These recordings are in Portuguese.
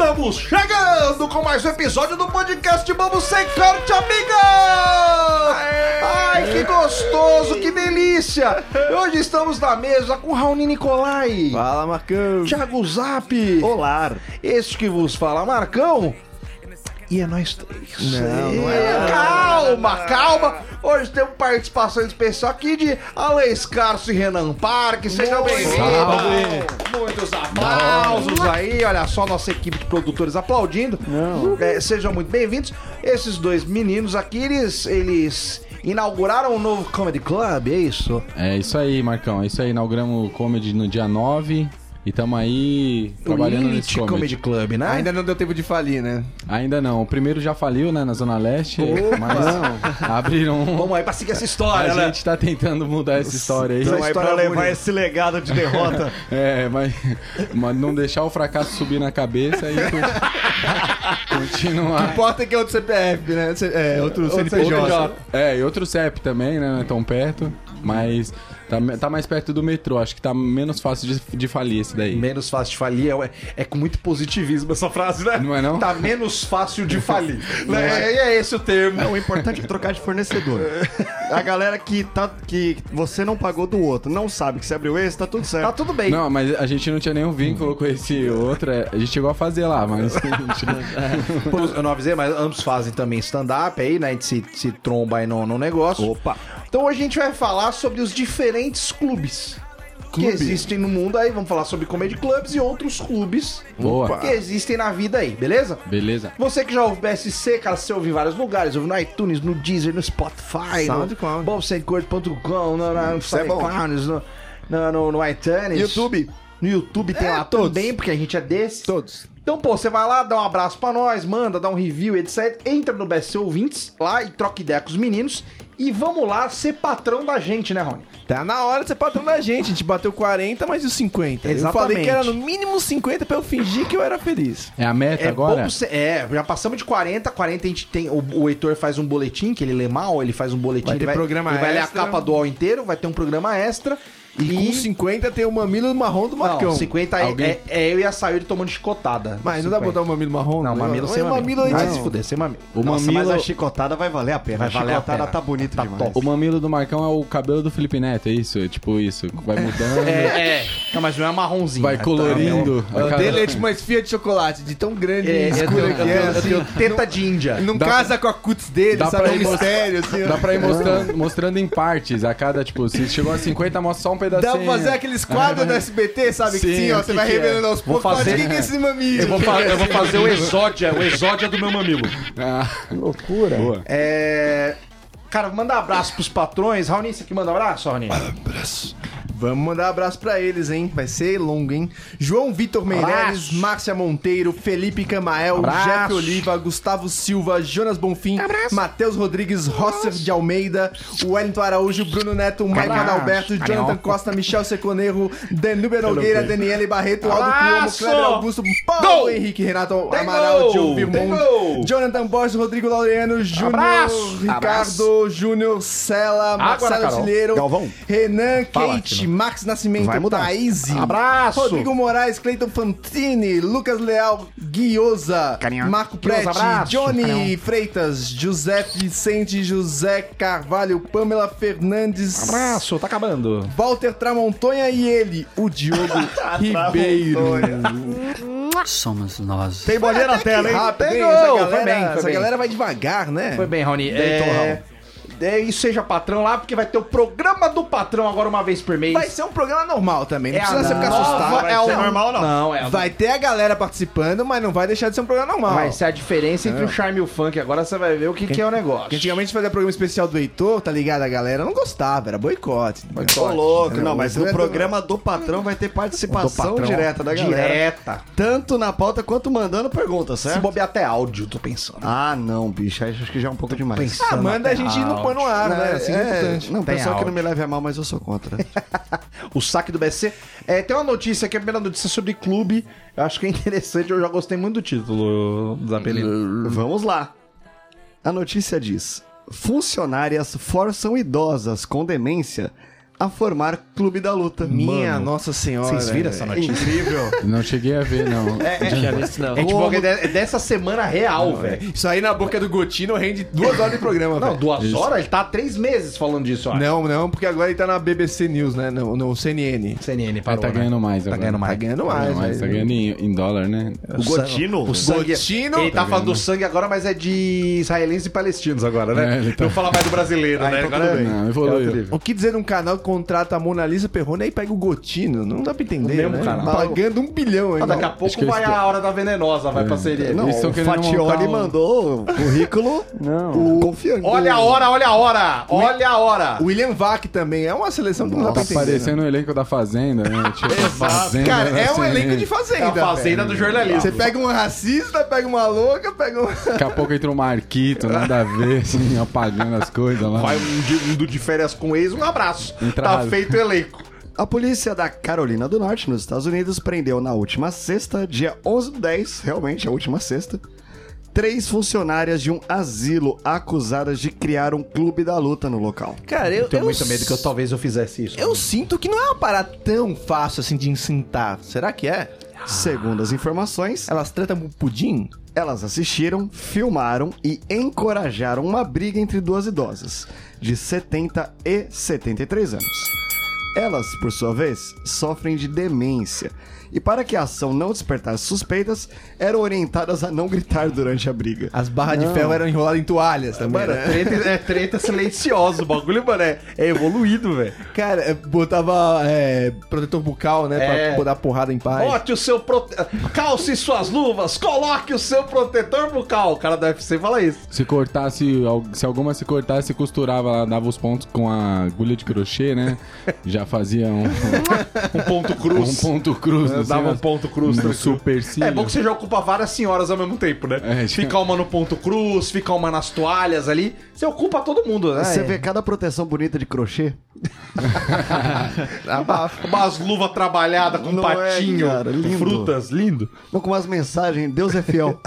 Estamos chegando com mais um episódio do podcast Vamos Sem Corte, amiga! Ai, que gostoso, que delícia! Hoje estamos na mesa com Raoni Nicolai. Fala, Marcão. Thiago Zap. Olá. Este que vos fala, Marcão. E é nós três. Não é. Calma. Hoje temos participação especial aqui de Alex Carso e Renan Parque. Sejam bem-vindos. Muitos aplausos aí. Olha só, nossa equipe de produtores aplaudindo. Sejam muito bem-vindos. Esses dois meninos aqui, eles inauguraram um novo Comedy Club, é isso? É isso aí, Marcão. É isso aí. Inauguramos o Comedy no dia 9. E tamo aí trabalhando nesse Comedy Club, né? Ainda não deu tempo de falir, né? Ainda não. O primeiro já faliu, né? Na Zona Leste. Mas abriram... Vamos aí pra seguir essa história, né? A gente tá tentando mudar essa história aí. Então aí pra levar esse legado de derrota. Mas não deixar o fracasso subir na cabeça e continuar. O que importa é que é outro CPF, né? Outro CNPJ. E outro CEP também, né? Não é tão perto. Mas... Tá mais perto do metrô, acho que tá menos fácil de falir esse daí. Menos fácil de falir, é com muito positivismo essa frase, né? Não é não? Tá menos fácil de falir. É esse o termo. O importante é trocar de fornecedor. A galera que você não pagou do outro, não sabe que você abriu esse, tá tudo certo. Tá tudo bem. Não, mas a gente não tinha nenhum vínculo com esse outro, a gente chegou a fazer lá, mas a gente não... Pô, eu não avisei, mas ambos fazem também stand-up aí, né? A gente se tromba aí no negócio. Opa! Então hoje a gente vai falar sobre os diferentes clubes que existem no mundo aí. Vamos falar sobre comedy clubs e outros clubes Boa. que existem na vida aí, beleza? Beleza. Você que já ouve BSC, cara, você ouve em vários lugares, ouve no iTunes, no Deezer, no Spotify, SoundCloud. no bobsemcorte.com, no SoundCloud, no iTunes. YouTube. No YouTube tem lá todos. também, porque a gente é desses. Todos. Então, pô, você vai lá, dá um abraço pra nós, manda, dá um review, etc. Entra no BSC Ouvintes lá e troca ideia com os meninos. E vamos lá ser patrão da gente, né, Rony? Tá na hora de ser patrão da gente. A gente bateu 40, mas e os 50? Exatamente. Eu falei que era no mínimo 50 pra eu fingir que eu era feliz. É a meta agora? Já passamos de 40. 40 a gente tem... O Heitor faz um boletim, que ele lê mal, ele faz um boletim. Vai ter programa ele vai ler a extra. capa do UOL inteiro, vai ter um programa extra. E com 50 tem o mamilo marrom do Marcão. Não, 50 Alguém... é eu e a Sayuri tomando chicotada. Mas não dá pra botar o mamilo marrom? Não, mamilo sem mamilo. Vai se fuder, sem mamilo. O Nossa, mamilo... mas a chicotada vai valer a pena. Vai valer a chicotada pena. tá bonito Tá demais. O mamilo do Marcão é o cabelo do Felipe Neto, é isso? É tipo isso, vai mudando, Não, mas não é marronzinho. vai colorindo. O dele é tipo uma esfia de chocolate, de tão grande e Eu escura que é. tenho teta de Índia. Não Dá casa com a cutis dele, dá sabe? pra É um ir mistério, assim. Dá pra ir mostrando em partes, a cada, tipo, se chegou a 50, mostra só um pedacinho. Dá pra fazer aqueles quadros do SBT, sabe? Que Sim, sim, ó, o você que vai que é? revelando aos poucos. Vou fazer- Fala, quem que é esse mamilo? Eu vou fazer o exódia do meu mamilo. Que loucura. Boa. Cara, manda abraço pros patrões. Raoni, você que manda abraço, Raoni? Vamos mandar abraço pra eles, hein? Vai ser longo, hein? João Vitor Meireles, Abraço. Márcia Monteiro, Felipe Camael, Abraço. Jeff Oliva, Gustavo Silva, Jonas Bonfim, Matheus Rodrigues, Rosser de Almeida, Wellington Araújo, Bruno Neto, Maicon Abraço. Adalberto, Jonathan Costa, Michel Seconeiro, Danúbia Nogueira, Daniele Barreto, Aldo Abraço. Cuomo, Kleber Augusto, Paulo Gol. Henrique, Renato Tem Amaral, gol. Diogo Tem Virmont, gol. Jonathan Borges, Rodrigo Laureano, Júnior, Abraço. Ricardo, Júnior, Sela, Marcelo Carol. Artilheiro, Galvão. Renan, Fala, Kate, Tino. Max Nascimento, Vai mudar. Thaís, Abraço. Rodrigo Moraes, Cleiton Fantini, Lucas Leal, Guiosa, Carinho. Marco Guiosa, Prete, abraço. Johnny Carinho. Freitas, José Vicente, José Carvalho, Pamela Fernandes, Abraço, tá acabando. Walter Tramontonha e ele, o Diogo Ribeiro. Somos nós. Tem bolinha na tela, hein? Rápido, hein? Pegou, Essa foi galera, bem, foi essa bem. galera vai devagar, né? Foi bem, Raoni. Torrão. E seja patrão lá, porque vai ter o programa do patrão agora uma vez por mês. Vai ser um programa normal também, não É precisa a você ficar nova- assustado. Vai ser normal, não. Não, é Vai ter a galera participando, mas não vai deixar de ser um programa normal. Vai ser a diferença entre o charme e o funk. Agora você vai ver o que é o negócio. Porque antigamente fazia programa especial do Heitor, tá ligado? A galera não gostava, era boicote. Tô louco. É, Não, mas o no do- programa do patrão vai ter participação direta da galera. Direta. Tanto na pauta quanto mandando pergunta, Se certo? bobear até áudio, tô pensando. Ah, não, bicho. Aí acho que já é um pouco demais. Pensando. Ah, manda a até gente não põe no ar, né? Assim é importante. Não, Tem pessoal que não áudio. me leve a mal, mas eu sou contra. O saque do BSC. Tem uma notícia aqui, a primeira notícia sobre clube. Eu acho que é interessante, eu já gostei muito do título dos apelidos. Vamos lá. A notícia diz: funcionárias forçam idosas com demência a formar Clube da Luta. Minha Nossa Senhora. Vocês viram essa notícia? Incrível. Não cheguei a ver, não. É tipo, é dessa semana real, velho. Isso aí na boca do Gotino rende 2 horas de programa, Não, velho. 2 horas? Ele tá há 3 meses falando disso, ó. Não, porque agora ele tá na BBC News, né? No CNN. CNN Ah, parou, tá ganhando mais Tá agora. ganhando mais. Tá ganhando mais, Tá velho. ganhando em dólar, né? O Gotino? O sangue. Gotino? Ele tá Tá falando do vendo? sangue agora, mas é de israelenses e palestinos agora, né? É, ele tá- Não fala mais do brasileiro, né? então Agora tudo bem. Não, evoluiu. O que dizer de um canal que contrata a Mona Lisa Perrone e pega o Gotino? Não dá pra entender, O mesmo né? canal. Pagando 1 bilhão aí. Ah, daqui a não. pouco que vai eles a hora da venenosa, vai pra CNN. Não, Eles estão o querendo Fatioli montar um- mandou o currículo confiante. Olha a hora, olha a hora! Olha a hora! O William Vac também é uma seleção que não dá pra Tá entender. parecendo o elenco da Fazenda, né? Tipo, Fazenda Cara, é um assim, elenco de Fazenda. É a fazenda velho. do jornalismo. Você pega um racista, pega uma louca, pega um... Daqui a pouco entra um Marquito, nada a ver, assim, apagando as coisas lá. Vai um de férias com ex, um abraço. Entrada. Tá feito o elenco. A polícia da Carolina do Norte, nos Estados Unidos, prendeu na última sexta, dia 11/10, realmente a última sexta, 3 funcionárias de um asilo acusadas de criar um clube da luta no local. Cara, eu Tenho muito medo que talvez eu fizesse isso. Eu sinto que não é uma parada tão fácil assim de encintar. Será que é? Segundo as informações, Elas tratam o pudim? elas assistiram, filmaram e encorajaram uma briga entre 2 idosas, de 70 e 73 anos. Elas, por sua vez, sofrem de demência e para que a ação não despertasse suspeitas, eram orientadas a não gritar durante a briga. As barras de ferro eram enroladas em toalhas também, Mano, né? treta silenciosa. O bagulho, mano, é evoluído, velho. Cara, botava protetor bucal, né? É. Pra dar porrada em paz. Bote o seu calce suas luvas, coloque o seu protetor bucal. O cara da UFC fala isso. Se cortasse, se alguma se cortasse, costurava lá, dava os pontos com a agulha de crochê, né? Já fazia um Ponto cruz. ponto cruz. assim, Dava ó, um ponto cruz. no tranquilo. supercílio. É bom que você já ocupa várias senhoras ao mesmo tempo, né? É, Fica uma no ponto cruz, fica uma nas toalhas ali. Você ocupa todo mundo, né? Você vê cada proteção bonita de crochê? Umas luvas trabalhadas com Não é, patinho, cara, lindo. frutas, lindo. Não, com umas mensagens, Deus é fiel.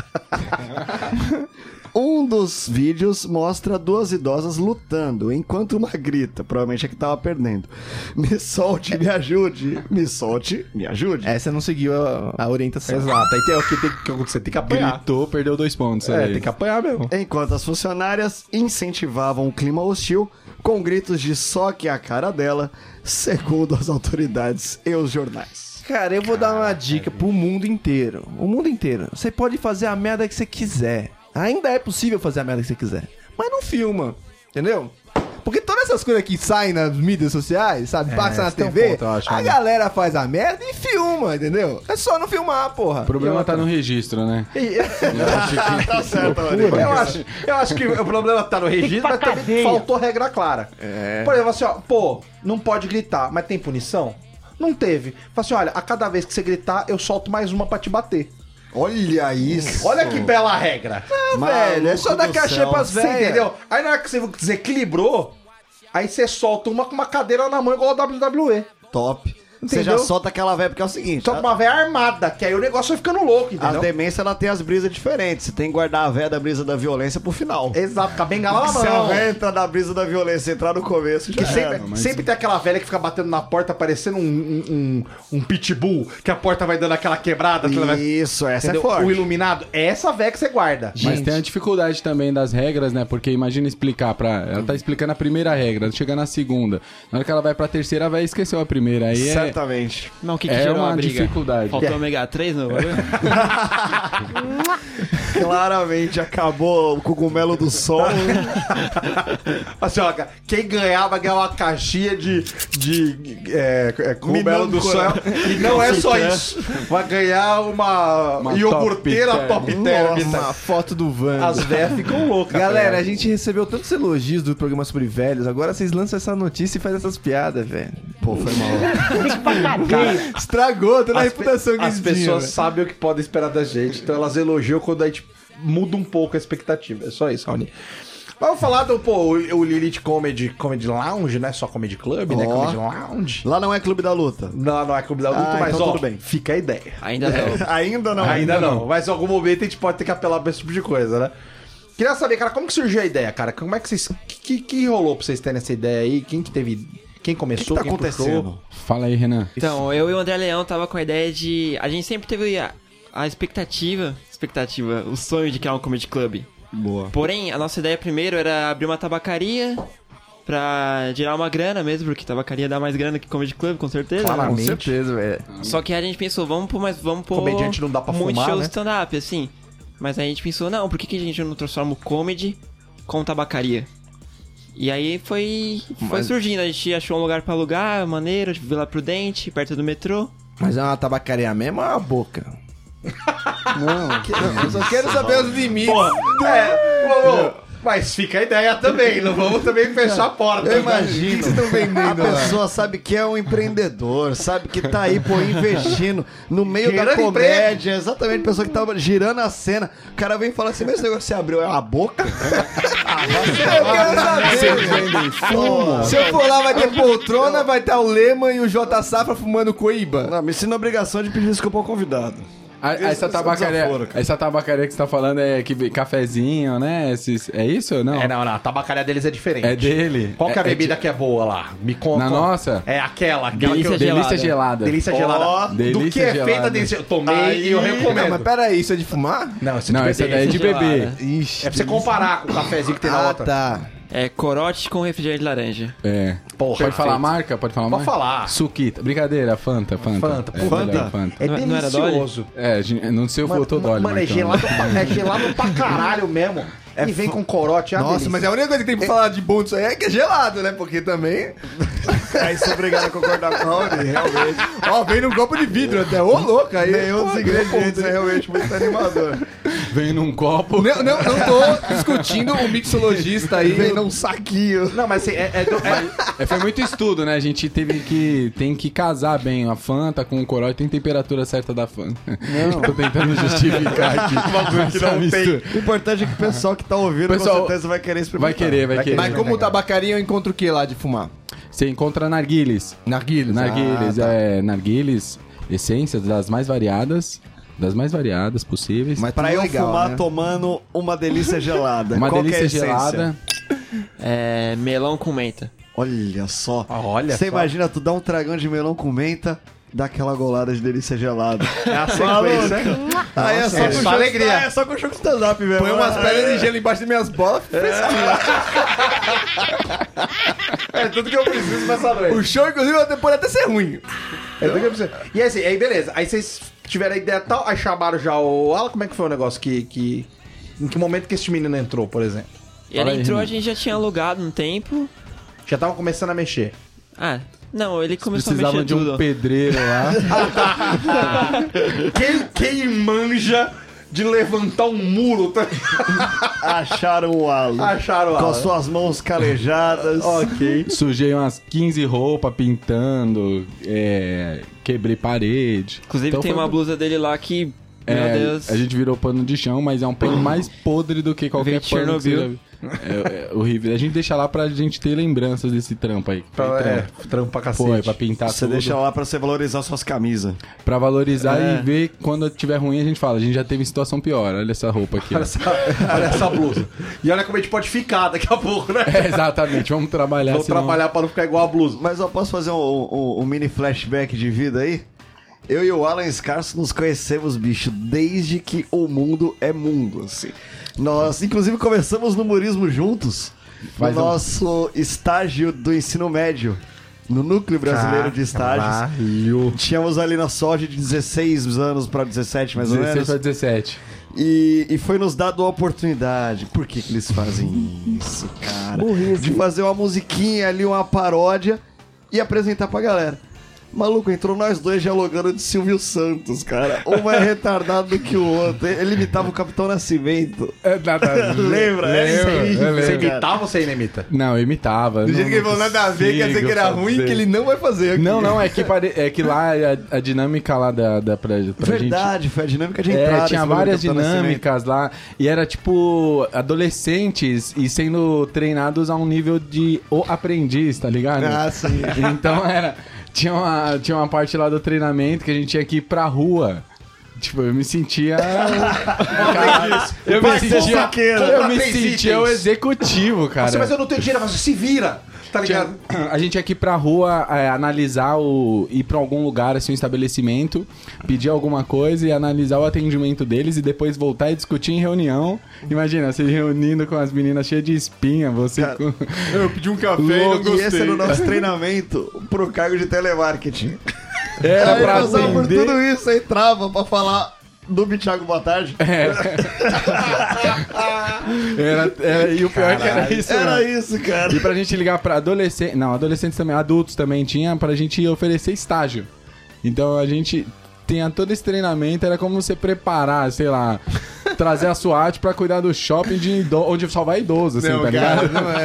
Um dos vídeos mostra 2 idosas lutando, enquanto uma grita, provavelmente é que tava perdendo. Me solte, me ajude. Me solte, me ajude. Essa não seguiu a orientação. Exato, aí tem o que tem que acontecer, tem que apanhar. Gritou, perdeu 2 pontos. É, aí. tem que apanhar mesmo. Enquanto as funcionárias incentivavam o clima hostil com gritos de soque à cara dela, segundo as autoridades e os jornais. Cara, eu vou dar uma dica pro mundo inteiro. O mundo inteiro. Você pode fazer a merda que você quiser. Ainda é possível fazer a merda que você quiser. Mas não filma. Entendeu? Porque todas essas coisas que saem nas mídias sociais, sabe? Passa na tem um TV, ponto, eu acho, a né? galera faz a merda e filma, entendeu? É só não filmar, porra. O problema tá no registro, né? Tá certo, Eu acho que o problema tá no registro, mas também faltou regra clara. Por exemplo, assim, ó, pô, não pode gritar, mas tem punição? Não teve. Fala assim, olha, a cada vez que você gritar, eu solto mais uma pra te bater. Olha isso. Olha que bela regra. Não, velho, é só dar do cachê céu. pras Você velhas. entendeu? Aí na hora que você desequilibrou, aí você solta uma com uma cadeira na mão igual a WWE. Top. Você Entendeu? já solta aquela velha, porque é o seguinte... Solta uma velha armada, que aí o negócio vai ficando louco, A entendeu? demência, ela tem as brisas diferentes. Você tem que guardar a véia da brisa da violência pro final. Exato, com a bengala na Se a mão. véia entrar na brisa da violência e entrar no começo, já Que era. sempre tem aquela velha que fica batendo na porta parecendo um pitbull, que a porta vai dando aquela quebrada. aquela vai- Isso, essa Entendeu? é forte. O iluminado, é essa velha que você guarda. Mas tem a dificuldade também das regras, né? Porque imagina explicar pra... Ela tá explicando a primeira regra, chega na segunda. Na hora que ela vai pra terceira, a véia esqueceu a primeira. Aí Certamente. Não, o que é gerou uma a briga? dificuldade. Faltou ômega 3 no bagulho? Claramente acabou o cogumelo do sol. Assim, ó, quem ganhar vai ganhar uma caixinha de cogumelo do Minâncora. céu. E não é só isso. Vai ganhar uma iogurteira top term. Uma foto do Wanda. As velhas ficam loucas. Galera, tá a gente recebeu tantos elogios do programa sobre velhos. Agora vocês lançam essa notícia e fazem essas piadas, velho. Pô, foi mal. Estragou toda a As reputação que As eles tinham, pessoas velho. sabem o que podem esperar da gente, então elas elogiam quando a gente muda um pouco a expectativa. É só isso, Raoni. Mas vamos falar do, o Lilith Comedy Lounge, não é só Comedy Club, né? Ó. Comedy Lounge. Lá não é clube da luta. Não é Clube da Luta, mas então ó, tudo bem. fica a ideia. Ainda não. Ainda não. Ainda não, mas em algum momento a gente pode ter que apelar pra esse tipo de coisa, né? Queria saber, cara, como que surgiu a ideia, cara? Como é que vocês... que rolou pra vocês terem essa ideia aí? Quem que teve Quem começou, O que tá quem acontecendo? puxou? Fala aí, Renan. Então, eu e o André Leão tava com a ideia de... A gente sempre teve a expectativa, o sonho de criar um comedy club. Boa. Porém, a nossa ideia primeiro era abrir uma tabacaria pra gerar uma grana mesmo, porque tabacaria dá mais grana que comedy club, com certeza. Com Claramente. certeza, velho. Só que a gente pensou, vamos pôr Comediante não dá pra muito fumar, show né? stand-up, assim. Mas aí a gente pensou, não, por que a gente não transforma o comedy com tabacaria? E aí foi surgindo, a gente achou um lugar pra alugar, maneiro, tipo, Vila Prudente, perto do metrô. Mas é uma tabacaria mesmo ou é uma boca? Não, eu só quero saber os limites. Mas fica a ideia também, não vamos também fechar a porta. Eu imagino. O que vocês estão vendendo A lá? pessoa sabe que é um empreendedor, sabe que tá aí, pô, investindo no meio da Gerando comédia. Exatamente, a pessoa que tava girando a cena. O cara vem e fala assim, mas esse negócio se abriu, é a boca? Eu quero saber. Se eu for lá, vai ter poltrona, vai estar o Lema e o J Safra fumando coíba. Não, me ensina a obrigação de pedir desculpa ao convidado. Essa tabacaria que você tá falando é que cafezinho, né? É isso ou não? Não, a tabacaria deles é diferente. É dele. Qual que é a bebida que é boa lá? Me conta. Na nossa? É aquela Delícia que eu... Delícia gelada. Delícia gelada. Do delícia que é gelada. feita a delícia. Eu tomei e eu recomendo. Não, mas peraí, isso é de fumar? Não, esse Não, essa daí é de beber. Ixi. É pra você comparar com o cafezinho que tem na outra. tá. É corote com refrigerante de laranja. É. Porra, Pode falar a perfeito. marca? Pode falar a Pode marca? falar. Suquita. Brincadeira, Fanta. Fanta. É, Fanta? melhor, Fanta. É Não era Dolly? delicioso. Não sei o faltou Dolly. Mano, é então. gelado pra caralho mesmo. E vem com corote. Nossa, mas é a única coisa que tem pra falar de bom disso aí é que é gelado, né? Porque também... Aí sou obrigado a concordar com a Raoni, realmente. Ó, vem num copo de vidro até. Ô, louco aí. Nenhum dos ingredientes é realmente muito animador. Vem num copo. Não tô discutindo o mixologista aí. Vem num saquinho. Não, mas assim, Foi muito estudo, né? A gente tem que casar bem a Fanta com o corote. Tem temperatura certa da Fanta. Tô tentando justificar aqui. bagulho que não mistura. O importante é que o pessoal que tá ouvindo Pessoal, com certeza vai querer experimentar. Vai querer. Mas como tabacaria eu encontro o que lá de fumar? Você encontra narguiles. Narguilhos. Narguiles, essências das mais variadas possíveis. Mas Pra tudo eu legal, fumar né? tomando uma delícia gelada. Uma Qual que é a delícia essência? gelada. É melão com menta. Olha só. Olha Você só. imagina tu dar um tragão de melão com menta, dá aquela golada de delícia gelada. É a sequência. Aí é só é com só show- alegria. É só com show de stand-up mesmo. Põe umas pedras de gelo embaixo das minhas bolas. É tudo que eu preciso pra essa noite. O show, inclusive, pode até ser ruim. É tudo que eu preciso. E assim, aí beleza. Aí vocês tiveram a ideia tal, aí chamaram já o... Olha como é que foi o negócio que... Em que momento que esse menino entrou, por exemplo? E ele Fala aí, entrou, a Renan. gente já tinha alugado um tempo. Já tava começando a mexer. Ah, não, ele começou a Precisavam mexer de um tudo. pedreiro lá. Quem manja de levantar um muro, tá? Acharam o Alan. Acharam Com lá. as suas mãos calejadas. Ok. Sujei umas 15 roupas pintando. Quebrei parede. Inclusive Então tem foi- uma blusa dele lá que... Meu Deus. A gente virou pano de chão, mas é um pano mais podre do que qualquer Veio de pano que Chernobyl. é horrível. A gente deixa lá pra gente ter lembranças desse trampo aí. Trampo pra cacete. Pô, é pra pintar Você tudo. deixa lá pra você valorizar suas camisas. Pra valorizar e ver quando tiver ruim, a gente fala. A gente já teve situação pior. Olha essa roupa aqui. ó. Olha essa blusa. E olha como a gente pode ficar daqui a pouco, né? Exatamente. Vamos trabalhar. Vamos senão- trabalhar pra não ficar igual a blusa. Mas eu posso fazer um mini flashback de vida aí? Eu e o Alan Scarso nos conhecemos, bicho, desde que o mundo é mundo, assim. Nós, inclusive, começamos no humorismo juntos, Faz no um- nosso estágio do ensino médio, no Núcleo Brasileiro de Estágios. Tínhamos ali na sorte de 16 anos para 17, mais ou 16 menos. pra 17. E foi nos dado a oportunidade. Por que eles fazem isso, cara? De fazer uma musiquinha ali, uma paródia e apresentar pra galera. Maluco, entrou nós dois dialogando de Silvio Santos, cara. Um mais retardado do que o outro. Ele imitava o Capitão Nascimento. Lembra? Você imitava ou você ainda imita? Não, eu imitava. Do jeito que ele falou nada a ver, quer dizer que era ruim, que ele não vai fazer aqui. Não, é que lá a dinâmica lá pra gente. Verdade, foi a dinâmica de entrada. Tinha esse bagulho várias do Capitão Nascimento. dinâmicas lá. E era tipo adolescentes e sendo treinados a um nível de o aprendiz, tá ligado? Ah, sim. Então tinha uma parte lá do treinamento que a gente tinha que ir pra rua Tipo, eu me sentia... Eu me sentia o executivo, cara. Nossa, mas eu não tenho dinheiro, mas se vira, tá ligado? A gente ia aqui pra rua analisar ir pra algum lugar, assim, um estabelecimento, pedir alguma coisa e analisar o atendimento deles e depois voltar e discutir em reunião. Imagina, você reunindo com as meninas cheias de espinha, você... Cara, Eu pedi um café e não gostei. E esse era o nosso treinamento pro cargo de telemarketing. Era Aí pra passava por atender... tudo isso, aí trava pra falar do Thiago, boa tarde. E o pior é que era isso. Era mesmo. isso, cara. E pra gente ligar pra adolescentes... Não, adolescentes também, adultos também tinha, pra gente oferecer estágio. Então a gente tinha todo esse treinamento, era como você preparar, sei lá... Trazer a SWAT pra cuidar do shopping onde só vai idoso, assim, Não, tá cara, ligado? não é.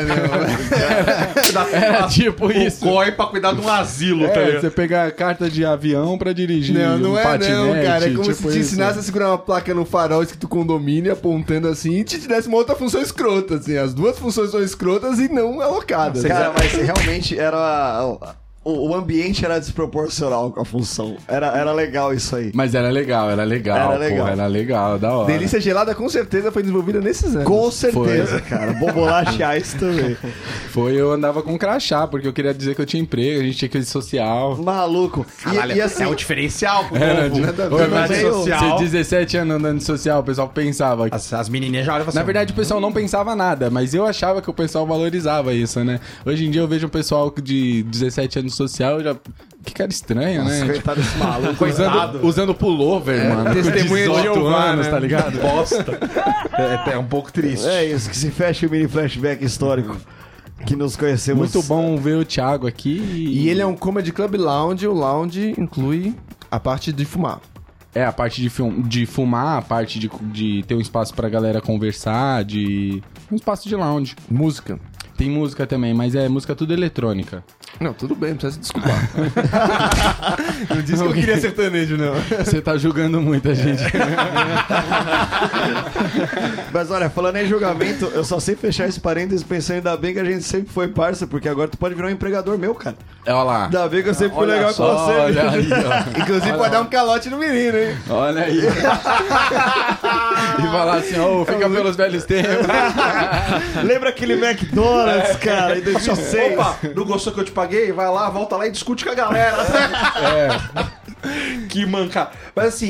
Era tipo isso. COI pra cuidar de um asilo, tá ligado? Você pegar a carta de avião pra dirigir Não um é patinete, não, cara. É como tipo se te isso. ensinasse a segurar uma placa no farol escrito condomínio, apontando assim, e te desse uma outra função escrota, assim. As duas funções são escrotas e não alocadas. Cara, mas realmente era... O ambiente era desproporcional com a função. Era legal isso aí. Mas era legal, Era legal. Porra, era legal, da hora. Delícia Gelada com certeza foi desenvolvida nesses anos. Com certeza, cara. Bombolache Ice também. Eu andava com crachá, porque eu queria dizer que eu tinha emprego, a gente tinha coisa social. Maluco. Caralho, E assim... é um diferencial pro Era povo. de... Ô, Andar de social. Você 17 anos andando de social, o pessoal pensava... As menininhas já olham assim. Na verdade, o pessoal não pensava nada, mas eu achava que o pessoal valorizava isso, né? Hoje em dia eu vejo um pessoal de 17 anos social, já... Que cara estranho, né? Coitado desse maluco. Usando pullover, mano. testemunha com de 18 Jeová, anos, né? tá ligado? Bosta. É um pouco triste. É isso, que se fecha o mini flashback histórico que nos conhecemos. Muito bom ver o Thiago aqui. E ele é um Comedy Club Lounge. O lounge inclui a parte de fumar. É, a parte de fumar, a parte de ter um espaço pra galera conversar, um espaço de lounge. Música. Tem música também, mas é música tudo eletrônica. Não, tudo bem, não precisa se desculpar. Não disse que eu queria sertanejo, não. Você tá julgando muita gente. Mas olha, falando em julgamento, eu só sei fechar esse parênteses pensando ainda bem que a gente sempre foi parça, porque agora tu pode virar um empregador meu, cara. Olha lá. Ainda bem que eu sempre fui Olha legal só, com você. olha aí, ó. Inclusive pode dar um calote no menino, hein? Olha aí. E falar assim, fica pelos velhos tempos. Lembra aquele McDonald's, cara, em 2006? Opa, não gostou que eu te paguei? Vai lá, volta lá e discute com a galera. Que manca. Mas assim,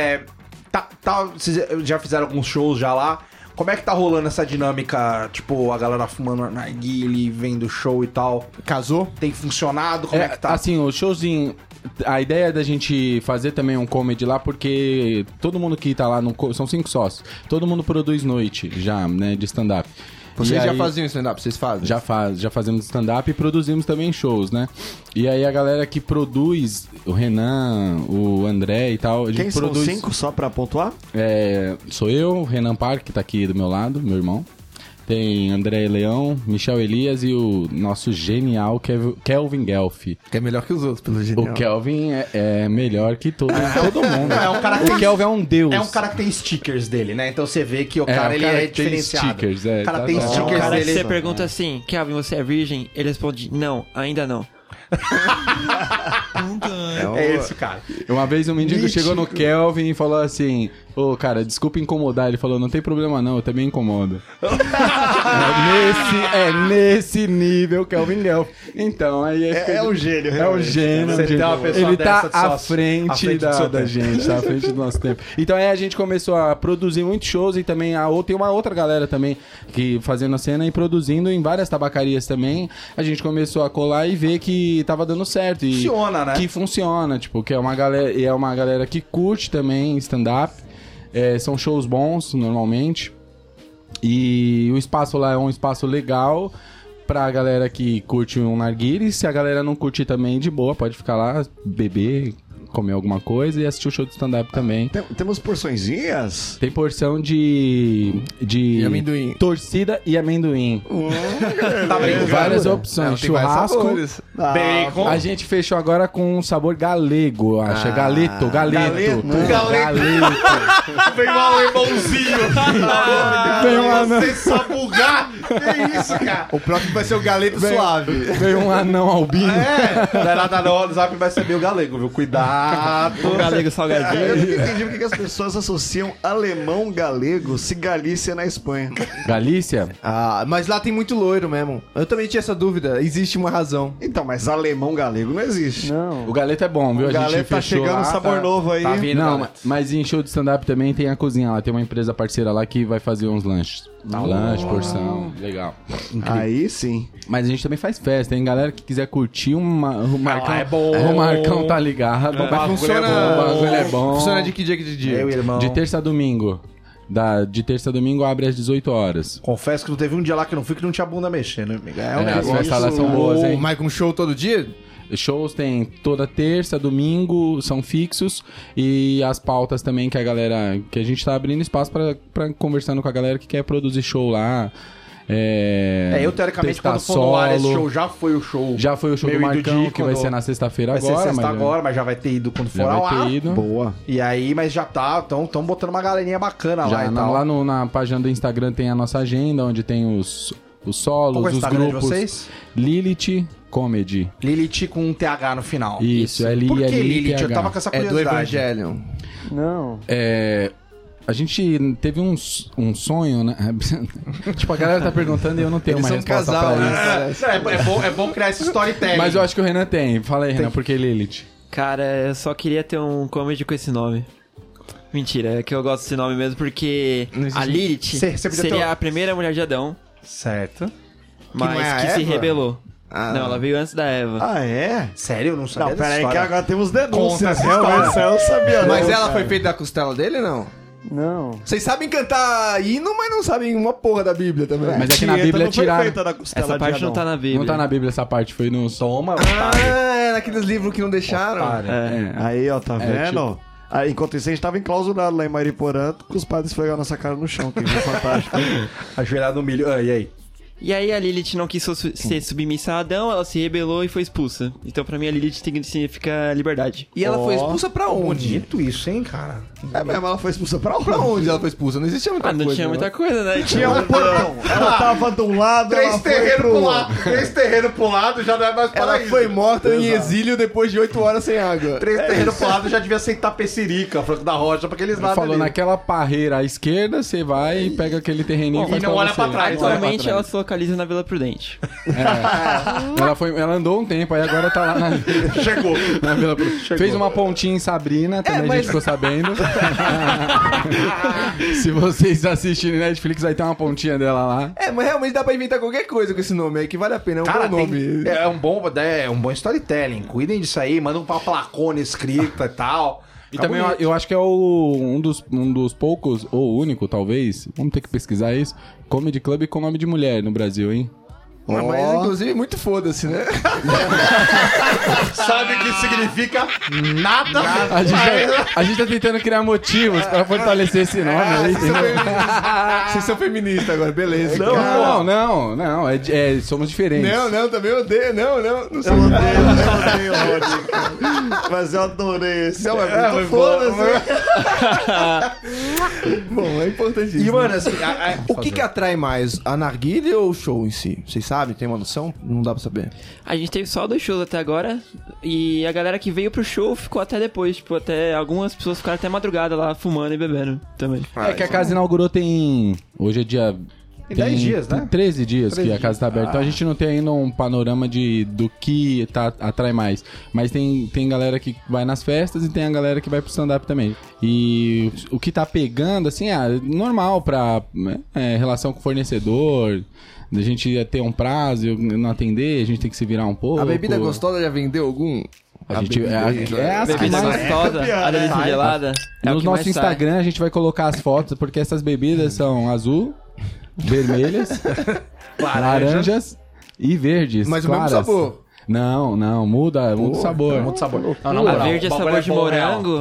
vocês já fizeram alguns shows já lá? Como é que tá rolando essa dinâmica? Tipo, a galera fumando narguile, vendo show e tal. Casou? Tem funcionado? Como é que tá? Assim, o showzinho... A ideia é da gente fazer também um comedy lá, porque todo mundo que tá lá, são 5 sócios, todo mundo produz noite já, né, de stand-up. Vocês E já aí- faziam stand-up? Vocês fazem? Já fazemos stand-up e produzimos também shows, né? E aí a galera que produz, o Renan, o André e tal, a gente Quem são produz... 5, só pra pontuar? Sou eu, o Renan Park, que tá aqui do meu lado, meu irmão. Tem André Leão, Michel Elias e o nosso genial Kelvin Guelph. Que é melhor que os outros, pelo genial. O Kelvin é melhor que todo mundo. É um cara que O Kelvin é um deus. É um cara que tem stickers dele, né? Então você vê que o É, cara, o ele cara é que tem diferenciado. stickers, o cara tá tem bom. O stickers cara que dele. você pergunta assim, Kelvin, você é virgem? Ele responde, não, ainda não. É esse cara. Uma vez um mendigo chegou no Kelvin e falou assim: cara, desculpa incomodar. Ele falou: não tem problema não, eu também incomodo. nesse nível, Kelvin Guelph. Então, aí... É um gênio, É um realmente. gênio. Você tem uma pessoa Ele tá dessa de à sócio, frente, à frente do seu da tempo. gente, tá à frente do nosso tempo. Então aí a gente começou a produzir muitos shows e também tem uma outra galera também que fazendo a cena e produzindo em várias tabacarias também. A gente começou a colar e ver que tava dando certo. E Funciona, né? Que funciona, tipo, que é uma galera que curte também stand-up. São shows bons, normalmente. E o espaço lá é um espaço legal pra galera que curte um narguile. Se a galera não curtir também, de boa, pode ficar lá, beber, comer alguma coisa e assistir o show de stand-up também. Temos porçõezinhas? Tem porção de amendoim. torcida e amendoim. Tá brincando? Várias opções. Não, tem vários Churrasco. sabores. Bacon. A gente fechou agora com um sabor galego, acho. É galeto. Galeto. Galeto. Vem um alemãozinho. Vem um anão. Você só bugar. Que isso, cara? O próximo vai ser o Galeto Suave. Veio um anão albino. Não é nada não, no Zap vai ser meio galego, viu? Cuidado. O galego salgadinho. Eu nunca entendi porque que as pessoas associam alemão galego se Galícia é na Espanha. Galícia? Ah, mas lá tem muito loiro mesmo. Eu também tinha essa dúvida. Existe uma razão. Então, mas alemão galego não existe. O galeto é bom, viu? O A gente galeto tá fechou chegando lá, um sabor novo aí. tá vindo. Não, mas em show de stand-up também tem a cozinha lá. Tem uma empresa parceira lá que vai fazer uns lanches. Lanche, porção, legal. Aí sim. Mas a gente também faz festa, tem galera que quiser curtir o Marcão. é bom. O Marcão tá ligado. O bagulho é bom. Funciona de que dia que de dia? Meu irmão. De terça a domingo. De terça a domingo abre às 18 horas. Confesso que não teve um dia lá que não fui que não tinha bunda mexendo, amigo. É um As negócio. festas lá são boas, hein? Mas com show todo dia? Shows tem toda terça, domingo, são fixos. E as pautas também que a galera... Que a gente tá abrindo espaço pra conversando com a galera que quer produzir show lá. Eu teoricamente testar quando for no ar esse solo. show, já foi o show. Já foi o show do Meu e do Marcão, Di, que vai quando- ser na sexta-feira Vai agora. ser sexta mas agora, mas já vai ter ido quando for já ao vai ar. ter ido. Boa. E aí, mas já tá, tão botando uma galerinha bacana lá Já e tal. lá na página do Instagram tem a nossa agenda, onde tem os solos, Qual é o os Instagram de grupos. vocês? Lilith Comedy. Lilith com um TH no final. Isso, é Por que Lilith Lilith? Eu TH. tava com essa É do curiosidade. Evangelho. A gente teve um sonho, né? Tipo, a galera tá perguntando e eu não tenho Eles uma são um resposta casal, pra isso. né? É bom criar esse storytelling. Mas eu acho que o Renan tem. Fala aí, Renan, por que Lilith? Cara, eu só queria ter um comedy com esse nome. Mentira, é que eu gosto desse nome mesmo porque a Lilith Você podia ter seria um- a primeira mulher de Adão, Certo. mas não é a que se Eva? rebelou. Ah, Não, ela veio antes da Eva. Ah, é? Sério? Eu não sabia Não, dessa pera aí que história. agora temos Conta denúncias. essa Realmente, história. isso eu não sabia não, Mas ela cara. foi feita da costela dele, não? Não. Vocês sabem cantar hino, mas não sabem uma porra da Bíblia também. Mas é que na Tieta Bíblia não foi tiraram. feita da costela Essa de parte não Adão. tá na Bíblia. Não tá na Bíblia essa parte, foi no... Toma, Ah, é naqueles livros que não deixaram. Aí, ó, tá vendo? tipo- Aí, enquanto isso, a gente tava enclausurado lá em Mariporã, com os padres esfregando nossa cara no chão, que foi fantástico. Ajoelhado no milho. E aí? E aí a Lilith não quis ser submissa a Adão, ela se rebelou e foi expulsa. Então pra mim a Lilith significa liberdade. E ela foi expulsa pra onde? Bonito isso, hein, cara? É mesmo, ela foi expulsa pra Pra onde? onde ela foi expulsa? Não existia muita Ah, não coisa. tinha né? muita coisa, né? Tinha um portão. Ela tava de um lado, ela foi Três terrenos pro lado já não é mais Ela paraíso. foi morta em Exato. exílio depois de 8 horas sem água. Três terrenos pro lado já devia ser Itapecerica, Franco da Rocha, pra aqueles lados Falou ali. naquela parreira à esquerda, você vai e pega aquele terreninho E faz não olha você. pra trás. Atualmente ela se localiza na Vila Prudente. Ela andou um tempo, aí agora tá lá na, Chegou. na Vila Prudente. Fez uma pontinha em Sabrina, também a gente ficou sabendo. Se vocês assistirem Netflix, vai ter uma pontinha dela lá. É, mas realmente dá pra inventar qualquer coisa com esse nome aí, que vale a pena. É um Cara, bom nome. é um bom storytelling. Cuidem disso aí, manda uma placona escrita e tal. E Fica também bonito. eu acho que é um dos poucos, ou único talvez, vamos ter que pesquisar isso, comedy club com nome de mulher no Brasil, hein? Mas, inclusive, muito foda-se, né? Sabe o que significa nada? A gente tá tentando criar motivos pra fortalecer esse nome aí, entendeu? Vocês são feministas agora, beleza. Não, somos diferentes. Não, também odeio. Não sei. Eu odeio o Rodrigo. Mas eu adorei esse. Não, é muito foda-se. Bom, é importante E, isso. mano, assim, O que atrai mais, a narguilha ou o show em si? Vocês sabem? Tem uma noção? Não dá pra saber. A gente teve só 2 shows até agora e a galera que veio pro show ficou até depois. Tipo, até algumas pessoas ficaram até madrugada lá fumando e bebendo também. É que a casa inaugurou tem... Hoje é dia... Tem 10 dias, né? Tem 13 dias que a casa tá aberta. Então a gente não tem ainda um panorama do que atrai mais. Mas tem galera que vai nas festas e tem a galera que vai pro stand-up também. E o que tá pegando, assim, é normal pra relação com o fornecedor. A gente ter um prazo e não atender, a gente tem que se virar um pouco. A bebida gostosa já vendeu algum? A gente, é as que Bebida mais... gostosa, a delícia gelada. É o No que nosso mais sai. Instagram a gente vai colocar as fotos, porque essas bebidas são azul, vermelhas, laranjas e verdes. Mas o mesmo claras. sabor. Não, muda o sabor. Muito sabor. Não, na A moral, verde é o bagulho sabor de bom, morango.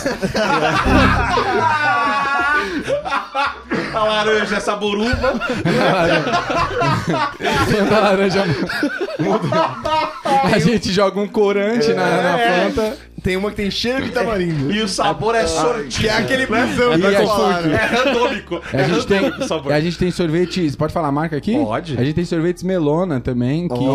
A laranja é sabor uva. Quando a laranja muda, a gente joga um corante na planta. Tem uma que tem cheiro de tamarindo. E o sabor é sortido. Que é aquele busão E que é vai falar. É randômico. A gente tem sorvete. Pode falar a marca aqui? Pode. A gente tem sorvetes Melona também. Que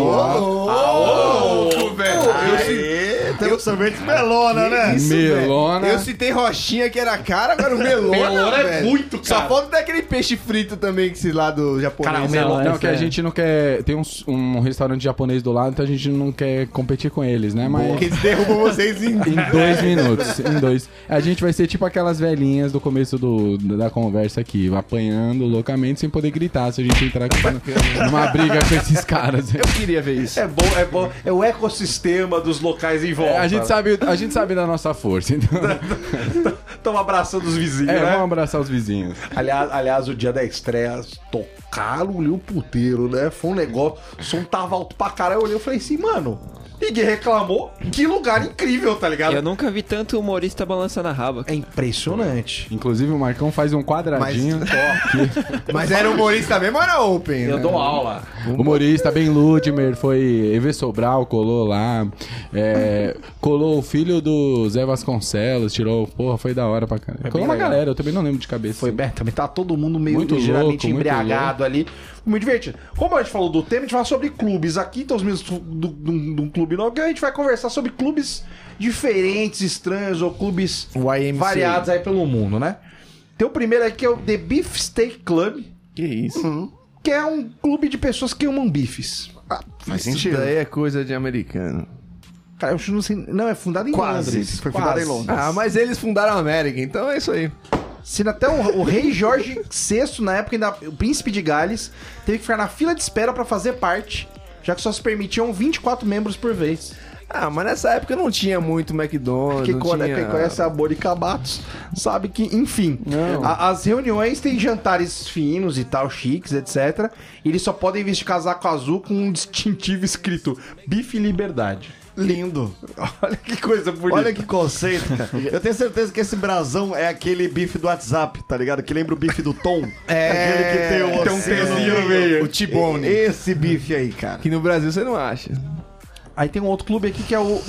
Temos sorvete melona, né? Isso, Melona. velho. Eu citei roxinha que era cara, agora o melona, Melona é velho. muito caro. Só falta daquele peixe frito também, que esse lá do japonês. Cara, o melona Não, que a gente não quer. Tem um restaurante japonês do lado, então a gente não quer competir com eles, né? Mas. Que eles derrubam vocês em... Em 2 minutos. Em 2. A gente vai ser tipo aquelas velhinhas do começo da conversa aqui, apanhando loucamente sem poder gritar se a gente entrar numa briga com esses caras. Eu queria ver isso. É bom. É o ecossistema dos locais em volta. A gente sabe da nossa força, então. Estão abraçando os vizinhos, né? Vamos abraçar os vizinhos. Aliás, o dia da estreia, tocaram o puteiro, né? Foi um negócio, o som tava alto pra caralho. Eu olhei e falei assim, mano, ninguém reclamou. Que lugar incrível, tá ligado? Eu nunca vi tanto humorista balançando a raba. É impressionante. Inclusive o Marcão faz um quadradinho. Mas era humorista mesmo ou era open? Eu né? dou aula. Humorista, Ben Ludmer, foi EV Sobral, colou lá. Colou o filho do Zé Vasconcelos, tirou. Porra, foi da hora pra caralho. Colou uma legal. galera, eu também não lembro de cabeça. Foi bem, também tá todo mundo meio Muito ligeiramente louco, muito embriagado ali. Muito divertido. Como a gente falou do tema, a gente fala sobre clubes. Aqui então os meus de um clube novo, que a gente vai conversar sobre clubes diferentes, estranhos, ou clubes YMCA. variados aí pelo mundo, né? Tem o primeiro aqui, que é o The Beef Steak Club, Que isso? que é um clube de pessoas que amam bifes. Faz Isso sentido. daí é coisa de americano. Cara, eu não sei. Não, é fundado em Quase. Londres. Foi fundado em Londres. Ah, mas eles fundaram a América, então é isso aí. Sendo até o rei Jorge VI, na época, ainda, o príncipe de Gales, teve que ficar na fila de espera pra fazer parte, já que só se permitiam 24 membros por vez. Ah, mas nessa época não tinha muito McDonald's, Quem não conhece, tinha... quem conhece a Boricabatos sabe que, enfim, as reuniões têm jantares finos e tal, chiques, etc. E eles só podem vestir casaco azul com um distintivo escrito Bife Liberdade. Lindo. Olha que coisa bonita. Olha que conceito, cara. Eu tenho certeza que esse brasão é aquele bife do WhatsApp, tá ligado? Que lembra o bife do Tom. Aquele que tem o tem um pezinho no meio. O T-Bone. Esse bife aí, cara. Que no Brasil você não acha. Aí tem um outro clube aqui que é o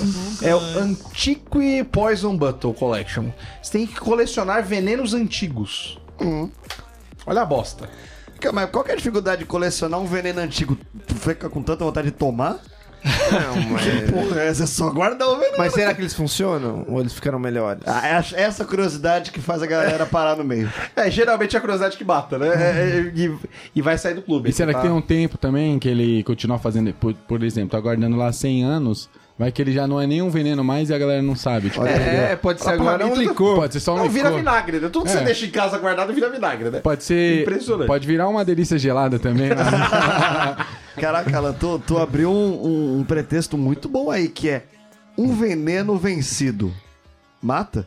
Antique Poison Bottle Collection. Você tem que colecionar venenos antigos. Olha a bosta. Mas qual que é a dificuldade de colecionar um veneno antigo? Tu fica com tanta vontade de tomar? Não, mas... Porra, essa é só guardar o veneno. Mas será que eles funcionam? Ou eles ficaram melhores? Ah, é essa curiosidade que faz a galera parar no meio. Geralmente é a curiosidade que mata, né? E vai sair do clube. E será que tem um tempo também que ele continua fazendo, por exemplo, tá guardando lá 100 anos, vai que ele já não é nem um veneno mais e a galera não sabe. Tipo, Pode ser Ah, pra agora mim um tudo- licor. pode ser só um Não, vira licor. vinagre, né? Tudo que É. você deixa em casa guardado vira vinagre, né? Pode ser. Impressionante. Pode virar uma delícia gelada também, né? Caraca, Alan, tu abriu um pretexto muito bom aí, que é um veneno vencido. Mata?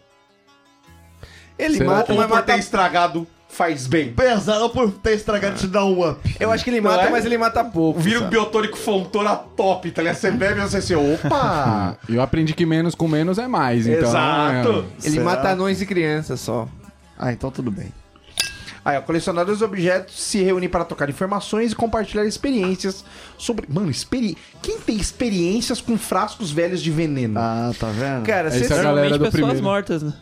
Ele Será mata, Ou mas por ter mata... estragado, faz bem. Pesado por ter estragado te dar um up. Eu acho que ele mata, Não é? mas ele mata pouco. Vira um sabe? biotônico Fontoura top, tá ligado? Você bebe e você assim, opa! Eu aprendi que menos com menos é mais, então. Exato! Ele Será? mata anões e crianças só. Ah, então tudo bem. Aí, ó, colecionadores de objetos se reúnem para trocar informações e compartilhar experiências sobre... Mano, quem tem experiências com frascos velhos de veneno? Ah, tá vendo? Cara, Essa você é a galera Normalmente do pessoas primeiro. mortas, né?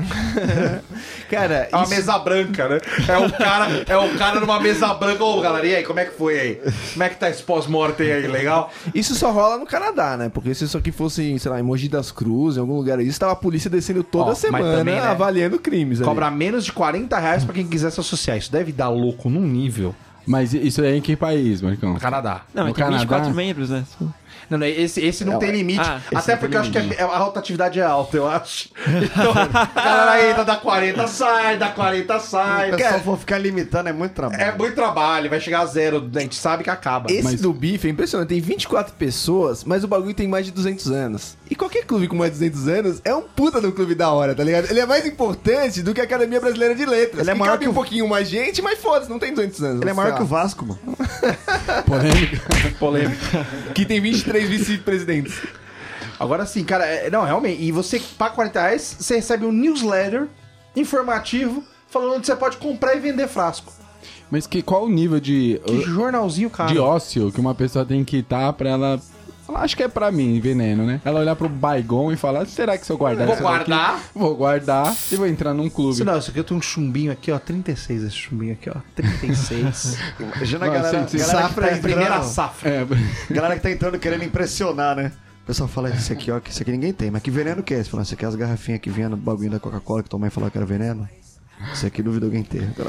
Cara, É uma isso... mesa branca, né? É o cara numa mesa branca. Ô, galera, e aí, como é que foi aí? Como é que tá esse pós-mortem aí, legal? Isso só rola no Canadá, né? Porque se isso aqui fosse, sei lá, em Mogi das Cruzes, em algum lugar aí, tava a polícia descendo toda Ó, mas semana também, né? avaliando crimes. ali. Cobra menos de R$40 pra quem quiser se associar. Isso deve dar louco num nível. Mas isso aí é em que país, Marcão? No Canadá. Não, No mas tem Canadá? 24 membros, né? Não, esse não tem limite. Ah, até porque eu acho que a rotatividade é alta, eu acho. Então, a galera entra, dá 40, sai, dá 40, sai. O pessoal for ficar limitando é muito trabalho. É muito trabalho, vai chegar a zero, a gente sabe que acaba. Esse Mas- do bife é impressionante. Tem 24 pessoas, mas o bagulho tem mais de 200 anos. E qualquer clube com mais de 200 anos é um puta do clube da hora, tá ligado? Ele é mais importante do que a Academia Brasileira de Letras. Ele é que maior cabe que um o- pouquinho mais gente, mas foda-se, não tem 200 anos. Ele é maior sei que o lá. Vasco, mano. Polêmica. Polêmica. Que tem 23 vice-presidentes. Agora sim, cara, não, realmente. E você paga R$40, você recebe um newsletter informativo falando onde você pode comprar e vender frasco. Mas qual o nível de Que jornalzinho, cara. ócio que uma pessoa tem que estar pra ela Ela acho que é pra mim, veneno, né? Ela olhar pro Baygon e falar, será que se eu guardar Vou isso daqui, guardar. vou guardar e vou entrar num clube. Não, isso aqui eu tenho um chumbinho aqui, ó. 36 esse chumbinho aqui, ó. 36. Imagina a Não, galera, sim, sim. galera que Safra tá é a primeira entrando, safra. É, galera que tá entrando querendo impressionar, né? O pessoal fala, isso aqui, ó, que isso aqui ninguém tem. Mas que veneno que é esse? Fala, isso aqui é as garrafinhas que vinha no bagulho da Coca-Cola que tua mãe falou que era veneno. Isso aqui duvido alguém ter. Ela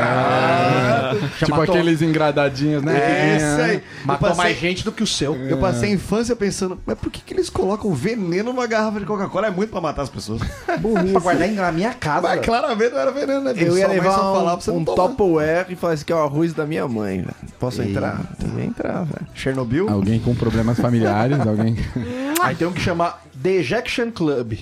fala, tipo aqueles engradadinhos, né? É esse aí. Matou mais gente do que o seu. Eu passei a infância pensando, mas por que eles colocam veneno numa garrafa de Coca-Cola? É muito pra matar as pessoas. Pra guardar na minha casa. Mas velho. claramente não era veneno, né? Eu ia Sua mãe levar só falava pra você um não tomar. Tupperware e falar, esse aqui é o arroz da minha mãe, velho. Posso entrar? Também entrar, velho. Chernobyl? Alguém com problemas familiares, alguém... Aí tem um que chama The Ejection Club.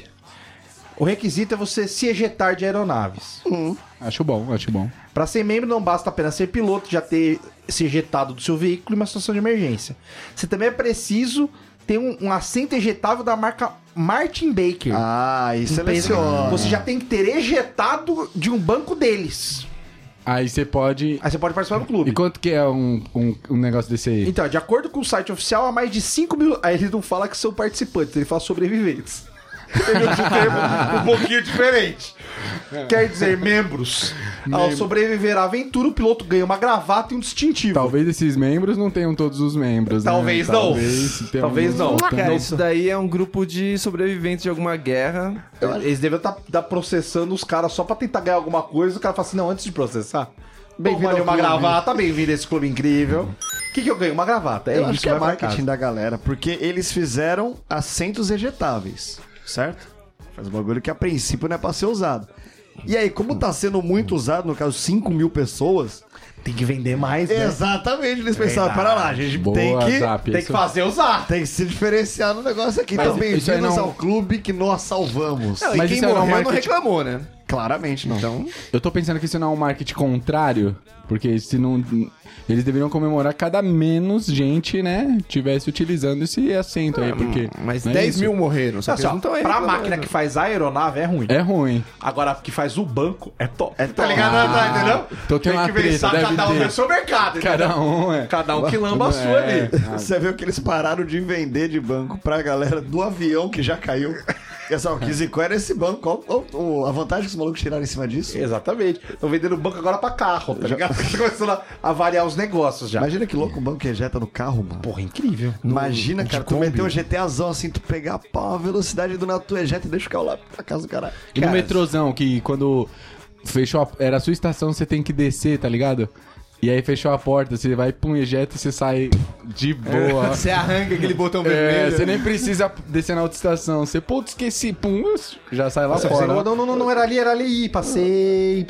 O requisito é você se ejetar de aeronaves. Acho bom, acho bom. Para ser membro não basta apenas ser piloto, já ter se ejetado do seu veículo em uma situação de emergência. Você também é preciso ter um assento ejetável da marca Martin Baker. Ah, isso Empresa- seleciona. Você já tem que ter ejetado de um banco deles. Aí você pode... Aí você pode participar do E clube. quanto que é um negócio desse aí? Então, de acordo com o site oficial, há mais de 5 mil... Aí ele não fala que são participantes, ele fala sobreviventes. Ele usa um termo um pouquinho diferente. Quer dizer, membros. Ao sobreviver à aventura, o piloto ganha uma gravata e um distintivo. Talvez esses membros não tenham todos os membros, Talvez né? não. tenha Talvez não. Cara, isso daí é um grupo de sobreviventes de alguma guerra. Eles devem estar processando os caras só pra tentar ganhar alguma coisa. O cara fala assim, não, antes de processar, bem-vindo Toma a uma clube. gravata, bem-vindo a esse clube incrível. O que eu ganho? Uma gravata. Eu acho isso, que é vai pra marketing casa. da galera, porque eles fizeram assentos ejetáveis, certo? Faz um bagulho que a princípio não é pra ser usado. E aí, como tá sendo muito usado, no caso 5 mil pessoas, Tem que vender mais, né? exatamente, eles pensaram, para lá, a gente Boa, tem Tem que fazer usar. que se diferenciar no negócio aqui. Mas Então, isso aí bem-vindos não- ao clube que nós salvamos. Não, Mas e quem isso era um morreu não marketing- reclamou, né? Claramente não. Então, Eu tô pensando que isso não é um marketing contrário, porque se não... Eles deveriam comemorar cada menos gente, né, tivesse utilizando esse assento aí, porque... mas não é 10 isso? mil morreram, só que Assim, eles ó, não estão aí. pra reclamando. máquina que faz a aeronave é ruim. É ruim. Agora, a que faz o banco é top. É Tá top. ligado? Tá, entendeu? Então tem uma que treta, pensar, deve cada um ter. no seu mercado. entendeu? Cada um, é. Cada um que lamba a sua ali. Você viu que eles pararam de vender de banco pra galera do avião que já caiu. E essa, o que zicou era esse banco. Qual a vantagem que os malucos tiraram em cima disso? Exatamente. Estão vendendo banco agora pra carro, tá ligado? Tá começando a variar os negócios já. Imagina que louco o banco que ejeta no carro, mano. Porra, incrível. Imagina, cara, tu meter um GTAzão assim, tu pegar a velocidade do nada, tu ejeta e deixa o carro lá pra casa do caralho. E no metrôzão, que quando fechou era a sua estação, você tem que descer, tá ligado? E aí fechou a porta, você vai, pum, ejeta e você sai de boa. Você arranca aquele botão É, vermelho. você nem precisa descer na outra estação. Você, putz, esqueci, pum, já sai lá fora. Não, era ali. Passei.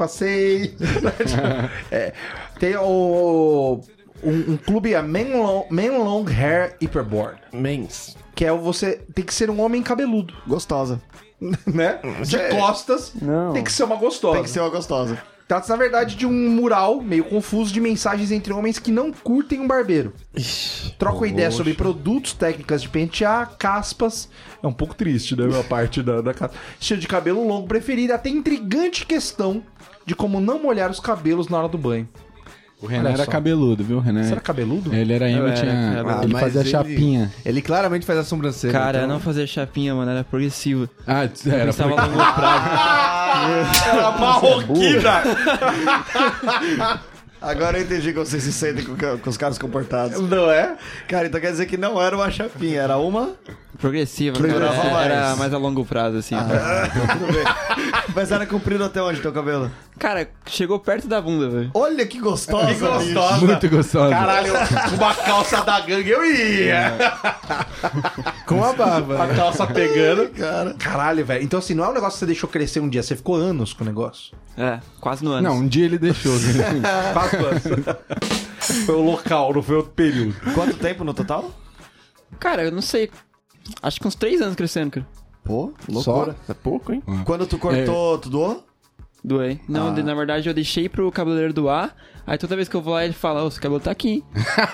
Tem um clube, a Man Long Hair Hyperboard, Mens. que é você tem que ser um homem cabeludo, Gostosa. né? De costas, tem que ser uma gostosa. Tem que ser uma gostosa. Trata-se, na verdade, de um mural meio confuso de mensagens entre homens que não curtem um barbeiro. Trocam ideias sobre produtos, técnicas de pentear, caspas. É um pouco triste, né? A parte da caspa. Estilo de cabelo longo preferido, até intrigante questão de como não molhar os cabelos na hora do banho. O Renan Olha era só. cabeludo, viu, Renan? Será cabeludo? Ele era emo, Eu era, tinha... cara. ele mas fazia chapinha. Ele claramente faz a sobrancelha. Cara, eu então... não fazia chapinha, mano, era progressivo. Ah, era Pensava a longo prazo. Era marroquina! Agora eu entendi que vocês se sentem com os caras comportados. Não é? Cara, então quer dizer que não era uma chapinha, era uma... Progressiva, Durava cara. mais. Era mais a longo prazo, assim. Tudo bem. Mas era comprido até onde teu cabelo? Cara, chegou perto da bunda, velho. Olha que gostosa, Que gostosa. muito gostoso. Caralho, uma calça da gangue eu ia. Com a barba. A calça pegando. cara. Caralho, velho. Então, assim, não é um negócio que você deixou crescer um dia, você ficou anos com o negócio. É, quase no ano. Não, um dia ele deixou. 4 anos. Foi o local, não foi outro período. Quanto tempo no total? Cara, eu não sei. Acho que uns 3 anos crescendo, cara. Pô, Só? loucura. É pouco, hein? Quando tu cortou, tu doou? Doei. Não, na verdade eu deixei pro cabeleireiro doar. Aí toda vez que eu vou lá ele fala, ô, seu cabelo tá aqui, hein?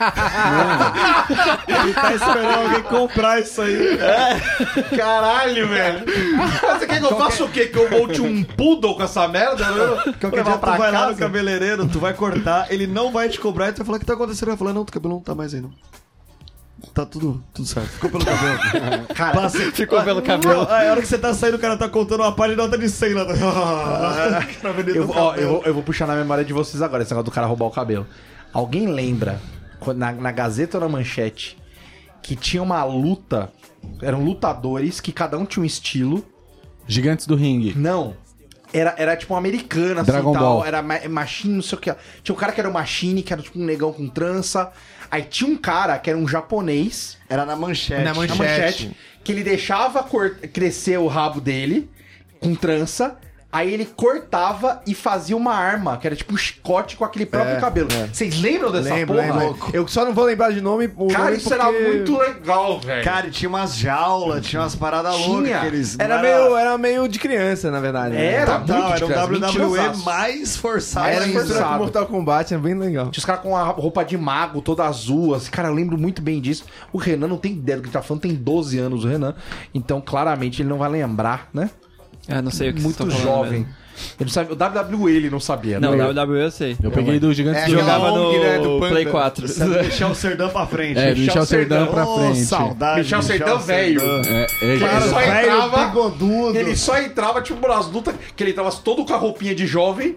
Ele tá esperando alguém comprar isso aí. Caralho, velho. Mas você quer que eu faça o quê? Que eu monte um poodle com essa merda? Qualquer dia tu vai lá no cabeleireiro, tu vai cortar, ele não vai te cobrar e tu vai falar o que tá acontecendo. Ele vai falar, não, teu cabelo não tá mais aí, não. Tá tudo certo. Ficou pelo cabelo. Cara, Ficou pelo cabelo. Não, a hora que você tá saindo, o cara tá contando uma página nota de 100 lá. eu vou puxar na memória de vocês agora, esse negócio do cara roubar o cabelo. Alguém lembra, na Gazeta ou na Manchete, que tinha uma luta, eram lutadores que cada um tinha um estilo. Gigantes do ringue. Não. Era tipo um americano, assim, Dragon tal. Ball. Era Machine, não sei o que. Tinha um cara que era o Machine, que era tipo um negão com trança. Aí tinha um cara que era um japonês. Era na manchete. Na Na manchete. Que ele deixava crescer o rabo dele com trança. Aí ele cortava e fazia uma arma, que era tipo um chicote com aquele próprio cabelo. Vocês lembram dessa porra? Lembro. Eu só não vou lembrar de nome. Cara, isso era muito legal, velho. Cara, e tinha umas jaulas, tinha umas paradas Tinha. loucas que eles... Era meio de criança, na verdade. né? Era Não, muito era um criança, WWE mentirazaço. mais forçado Era Era ainda. mistura com Mortal Kombat, é bem legal. Tinha os caras com a roupa de mago toda azul, assim, cara, eu lembro muito bem disso. O Renan não tem ideia do que ele tá falando, tem 12 anos o Renan, então claramente ele não vai lembrar, né? Eu não sei o que Muito vocês estão falando jovem. mesmo. Ele não sabe, o WWE ele não sabia. Não, né? WWE eu sei. Eu peguei do Gigantes do Jogava Ringue. no Long, né, do Panda. Play 4. Sabe deixar o Serdão pra frente. É, Michel Serdão pra Ô, frente. saudade. Michel Serdão velho. É, Cara, só velho, entrava, bigodudo. ele só entrava, tipo, nas lutas, que ele tava todo com a roupinha de jovem,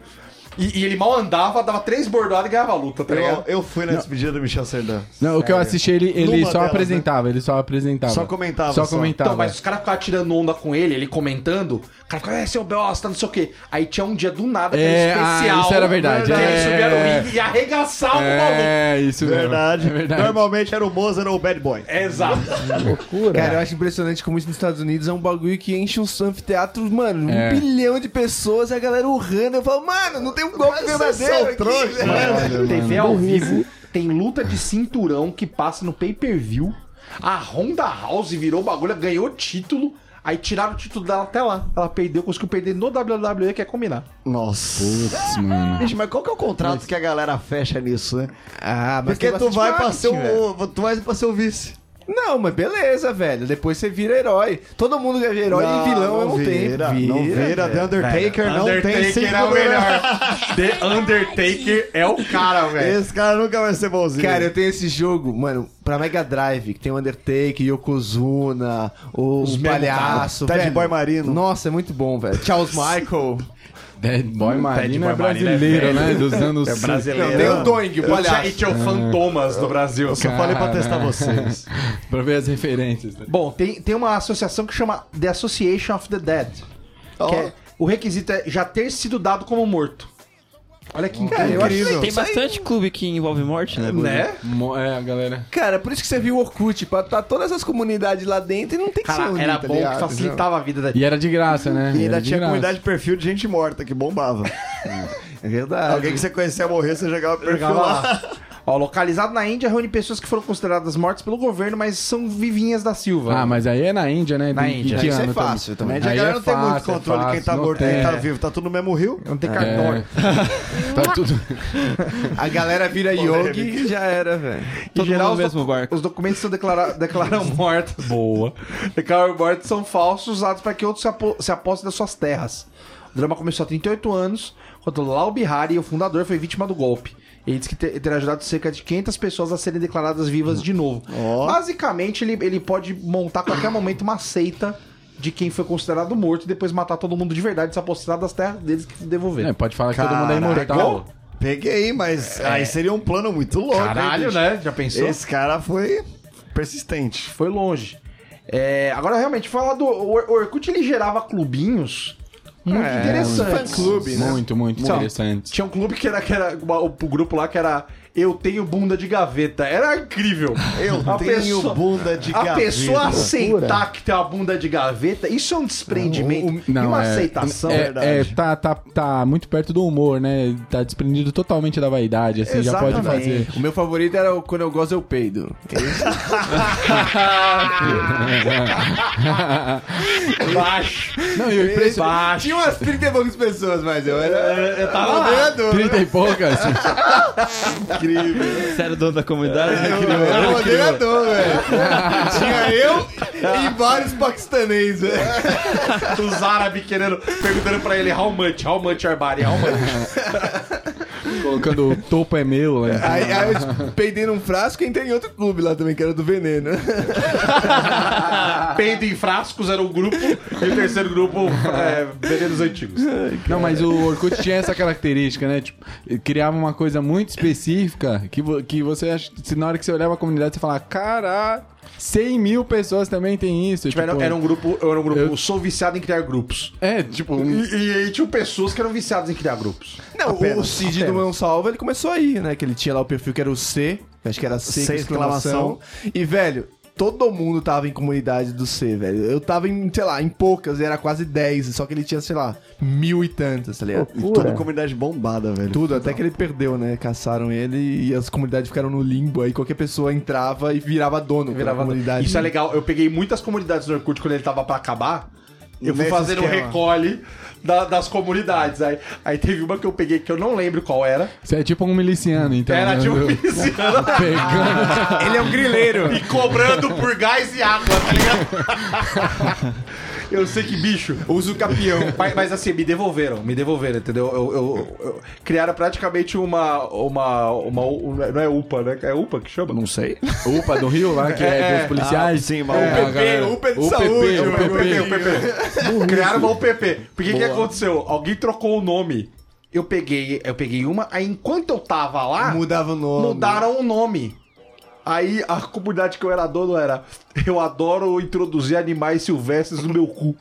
e ele mal andava, dava 3 bordoadas e ganhava a luta, tá ligado? Eu fui na despedida do Michel Serdão. Não, o que eu assisti, ele Numa só delas, apresentava, ele só apresentava. Só comentava, Só só. comentava. Então, mas os caras ficavam tirando onda com ele comentando, o cara ficava, seu bosta, não sei o quê. Aí tinha um dia do nada, que É, era especial. isso era verdade. Que ele subia no É. ringue e arregaçava o maluco. É, isso mesmo. Verdade. É verdade. Normalmente era o Mozart ou o Bad Boy. Exato. Cara, eu acho impressionante como isso nos Estados Unidos é um bagulho que enche uns anfiteatros, mano, É. 1 bilhão de pessoas e a galera urrando. Eu falo, mano, não tem um golpe verdadeiro aqui, velho. Mano, TV ao vivo, tem luta de cinturão que passa no pay-per-view. A Ronda House virou bagulho, ganhou título. Aí tiraram o título dela até lá. Ela perdeu, conseguiu perder no WWE, que é combinar. Nossa. Putz, mano. Gente, mas qual que é o contrato que a galera fecha nisso, né? Ah, mas Porque tem tu bastante vai, pra marketing, ser velho. tu vai pra ser o vice. Não, mas beleza, velho. Depois você vira herói. Todo mundo é herói e vilão ao mesmo tempo. Não vira. The Undertaker não tem 5 é o melhor. The Undertaker é o cara, velho. Esse cara nunca vai ser bonzinho. Cara, eu tenho esse jogo, mano, pra Mega Drive, que tem o Undertaker, Yokozuna, o Palhaço, Ted velho. Boy Marino. Nossa, é muito bom, velho. Charles Michael. Dead Boy Marino Boy é Marino é brasileiro, velho. né? Dos anos... É brasileiro. Não, tem o Doing, o palhaço. E tinha o Fantomas do Brasil. Eu só falei pra testar vocês. pra ver as referências. Bom, tem uma associação que chama The Association of the Dead. Que é, o requisito é já ter sido dado como morto. Olha que incrível. Tem bastante clube que envolve morte, né? Né? É, a galera... Cara, por isso que você viu o Orkut, pra estar todas essas comunidades lá dentro e não tem que Cara, ser unir, era tá bom ligado? que facilitava a vida da E era de graça, né? E Era ainda de tinha graça. comunidade de perfil de gente morta, que bombava. É verdade. Alguém que você conhecia morrer, você jogava o perfil Jogava lá. lá. Ó, localizado na Índia, reúne pessoas que foram consideradas mortas pelo governo, mas são vivinhas da Silva. Ah, mas aí é na Índia, né? Na Em Índia. que Isso é ano fácil também. Média, a Aí galera é não tem muito fácil, é controle de quem tá fácil, morto e não quem tá tem. vivo. Tá tudo no mesmo rio. Não tem cartório. Tá tudo... A galera vira yogi e já era, velho. Em Todo geral, mundo no mesmo barco. os documentos são declaram mortos. Boa. Declaram mortos são falsos, usados para que outros se apossem das suas terras. O drama começou há 38 anos, quando Lal Bihari, o fundador, foi vítima do golpe. Ele disse que terá ajudado cerca de 500 pessoas a serem declaradas vivas de novo. Basicamente, ele pode montar a qualquer momento uma seita de quem foi considerado morto e depois matar todo mundo de verdade, se apostar das terras deles que devolver. É, pode falar que todo mundo é imortal. Peguei, mas aí seria um plano muito louco. hein, Caralho, bicho? né? Já pensou? Esse cara foi persistente. Foi longe. Agora, realmente, falar do... O Orkut, ele gerava clubinhos muito interessantes. Fã-clube, né? Muito, muito Então, interessante. Tinha um clube que era o grupo lá que era Eu Tenho Bunda de Gaveta. Era incrível. Eu tenho bunda de A gaveta. pessoa aceitar que tem uma bunda de gaveta, isso é um desprendimento e uma aceitação. verdade. Tá muito perto do humor, né? Tá desprendido totalmente da vaidade, assim, já pode Exatamente. fazer. O meu favorito era o Quando Eu Gozo Eu Peido. Baixo. Não, e o impressionante... Baixo. Tinha umas 30 e poucas pessoas, mas eu tava lá. moderador. 30 e poucas. Incrível. Sério, dono da comunidade? Eu era moderador, velho. Tinha eu e vários paquistanês, velho. Os árabes perguntando pra ele how much Arbari, how much. Colocando o topo é meu lá. Aí eu peidei num frasco e entrei em outro clube lá também, que era do Veneno. Peido em frascos era um grupo e o terceiro grupo Venenos Antigos. Não, mas o Orkut tinha essa característica, né? Tipo, criava uma coisa muito específica que você acha, na hora que você olhava a comunidade, você falava, caralho, 100 mil pessoas também tem isso. Tipo, era um grupo, eu sou viciado em criar grupos. Tipo... E aí tinha pessoas que eram viciadas em criar grupos. Não, o Cid do Não Salva, ele começou aí, né? Que ele tinha lá o perfil que era o C, acho que era C com exclamação. E, velho, todo mundo tava em comunidade do C, velho. Eu tava em, sei lá, em poucas, e era quase 10, só que ele tinha, sei lá, 1000 e tantas, tá ligado? Toda comunidade bombada, velho. Tudo, até que ele perdeu, né? Caçaram ele e as comunidades ficaram no limbo. Aí qualquer pessoa entrava e virava dono da comunidade. Isso é legal. Eu peguei muitas comunidades no Orkut quando ele tava pra acabar. Eu fui Nesse fazendo um esquema. recolhe das comunidades. Aí teve uma que eu peguei que eu não lembro qual era. Você é tipo um miliciano, então. Era né? tipo um miliciano. Pegando... Ele é um grileiro. E cobrando por gás e água, tá ligado? Eu sei que, bicho... Usa o capião. Mas assim, me devolveram, entendeu? Criaram praticamente uma... Não é UPA, né? É UPA que chama? Não sei. UPA do Rio lá, que é dos policiais. Sim, mas UPP é de saúde. UPP. Criaram uma UPP. Porque o que aconteceu? Alguém trocou o nome. Eu peguei uma, aí enquanto eu tava lá... Mudava o nome. Mudaram o nome. Aí a comunidade que eu era dono era: eu adoro introduzir animais silvestres no meu cu.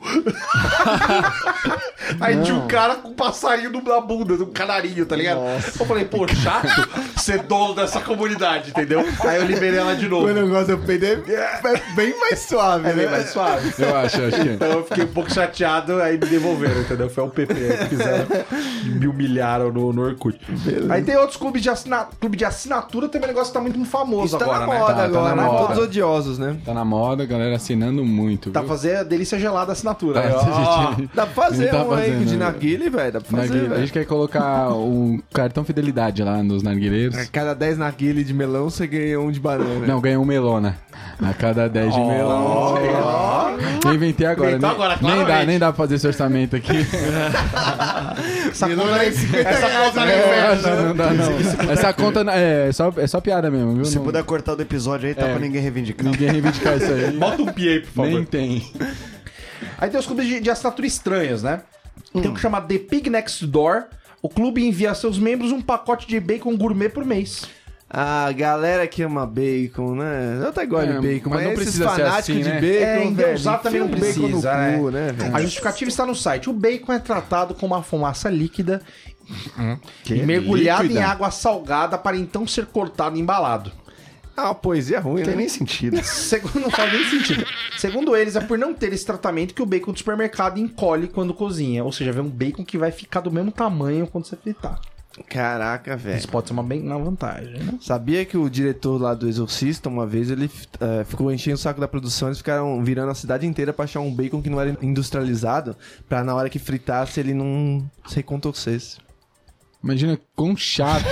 Aí tinha um cara com um passarinho na bunda, um canarinho, tá ligado? Eu falei, pô, chato ser dono dessa comunidade, entendeu? Aí eu liberei ela de novo. O negócio do PD é bem mais suave, É bem né? mais suave. Eu acho que... Então eu fiquei um pouco chateado, aí me devolveram, entendeu? Foi o PP que fizeram, me humilharam no Orkut. Aí tem outros clubes de assinatura. Clube de assinatura também é um negócio que tá muito famoso Isso tá agora, na né? moda Tá agora, na né? moda. Todos odiosos, né? Tá na moda, a galera assinando muito. Tá viu? fazer a delícia gelada assinatura. Tá, Aí, ó. Dá pra fazer Ele tá um aí fazendo, de né? narguile, velho. Dá pra fazer, Narguilé. A velho. gente quer colocar um cartão fidelidade lá nos narguilheiros. A cada 10 narguile de melão, você ganha um de banana. Não, ganha um melona. A cada 10 de melão. Eu inventei agora. Inventou Nem, agora, nem claramente. dá pra fazer esse orçamento aqui. Essa conta não Não dá, não. Essa conta é só piada mesmo, viu? se Não- puder cortar do episódio aí, tá pra ninguém reivindicar. Ninguém reivindicar isso aí. Bota um pi aí, por favor. Nem tem. Aí tem os clubes de assinatura estranhos, né? Tem um que chama The Pig Next Door. O clube envia a seus membros um pacote de bacon gourmet por mês. A galera que ama bacon, né? Eu até gosto de bacon, mas mas não esses precisa ser fanáticos assim, de né? bacon, então, velho, usar também não enfia um bacon precisa, no cu, né? né, velho? A justificativa está no site. O bacon é tratado com uma fumaça líquida e mergulhado Líquida? em água salgada para então ser cortado e embalado. Ah, uma poesia ruim, Não tem né? nem sentido. Segundo, não faz nem sentido. Segundo eles, é por não ter esse tratamento que o bacon do supermercado encolhe quando cozinha. Ou seja, vem um bacon que vai ficar do mesmo tamanho quando você fritar. Caraca, velho. Isso pode ser uma vantagem, né? Sabia que o diretor lá do Exorcista, uma vez, ele ficou enchendo o saco da produção, eles ficaram virando a cidade inteira pra achar um bacon que não era industrializado, pra na hora que fritasse ele não se contorcesse. Imagina quão chato.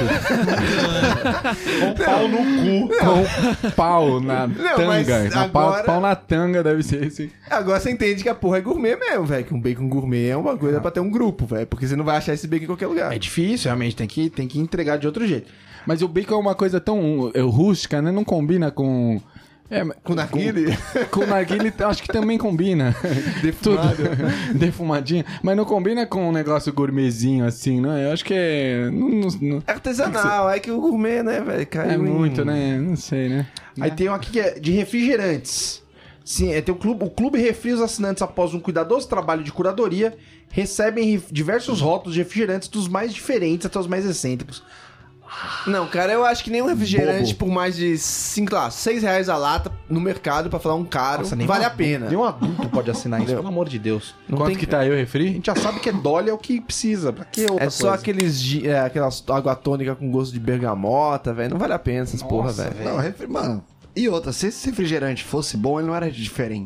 Com pau no cu. Com pau na mas tanga. agora- Pau na tanga deve ser esse. Agora você entende que a porra é gourmet mesmo, velho. Que um bacon gourmet é uma coisa pra ter um grupo, velho. Porque você não vai achar esse bacon em qualquer lugar. É difícil, realmente. Tem que entregar de outro jeito. Mas o bacon é uma coisa tão rústica, né? Não combina com... Com narguile? Com narguile, acho que também combina. Defumado. Tudo defumadinho. Mas não combina com um negócio gourmetzinho assim, não? Eu acho que é... não- É artesanal, é que o gourmet, né, velho? é muito, né? Não sei, né? Aí tem um aqui que é de refrigerantes. Sim, tem o clube refri os assinantes após um cuidadoso trabalho de curadoria, recebem diversos rótulos de refrigerantes dos mais diferentes até os mais excêntricos. Não, cara, eu acho que nem um refrigerante Bobo. por mais de, R$6 a lata no mercado pra falar um caro, vale a pena. Nenhum adulto pode assinar isso, pelo amor de Deus. Não Quanto tem que tá aí o A refri? gente já sabe que Dolly é o que precisa. Pra que outra É só coisa? aquelas água tônica com gosto de bergamota, velho. Não vale a pena essas porra, velho. Não, mano. E outra, se esse refrigerante fosse bom, ele não era diferente.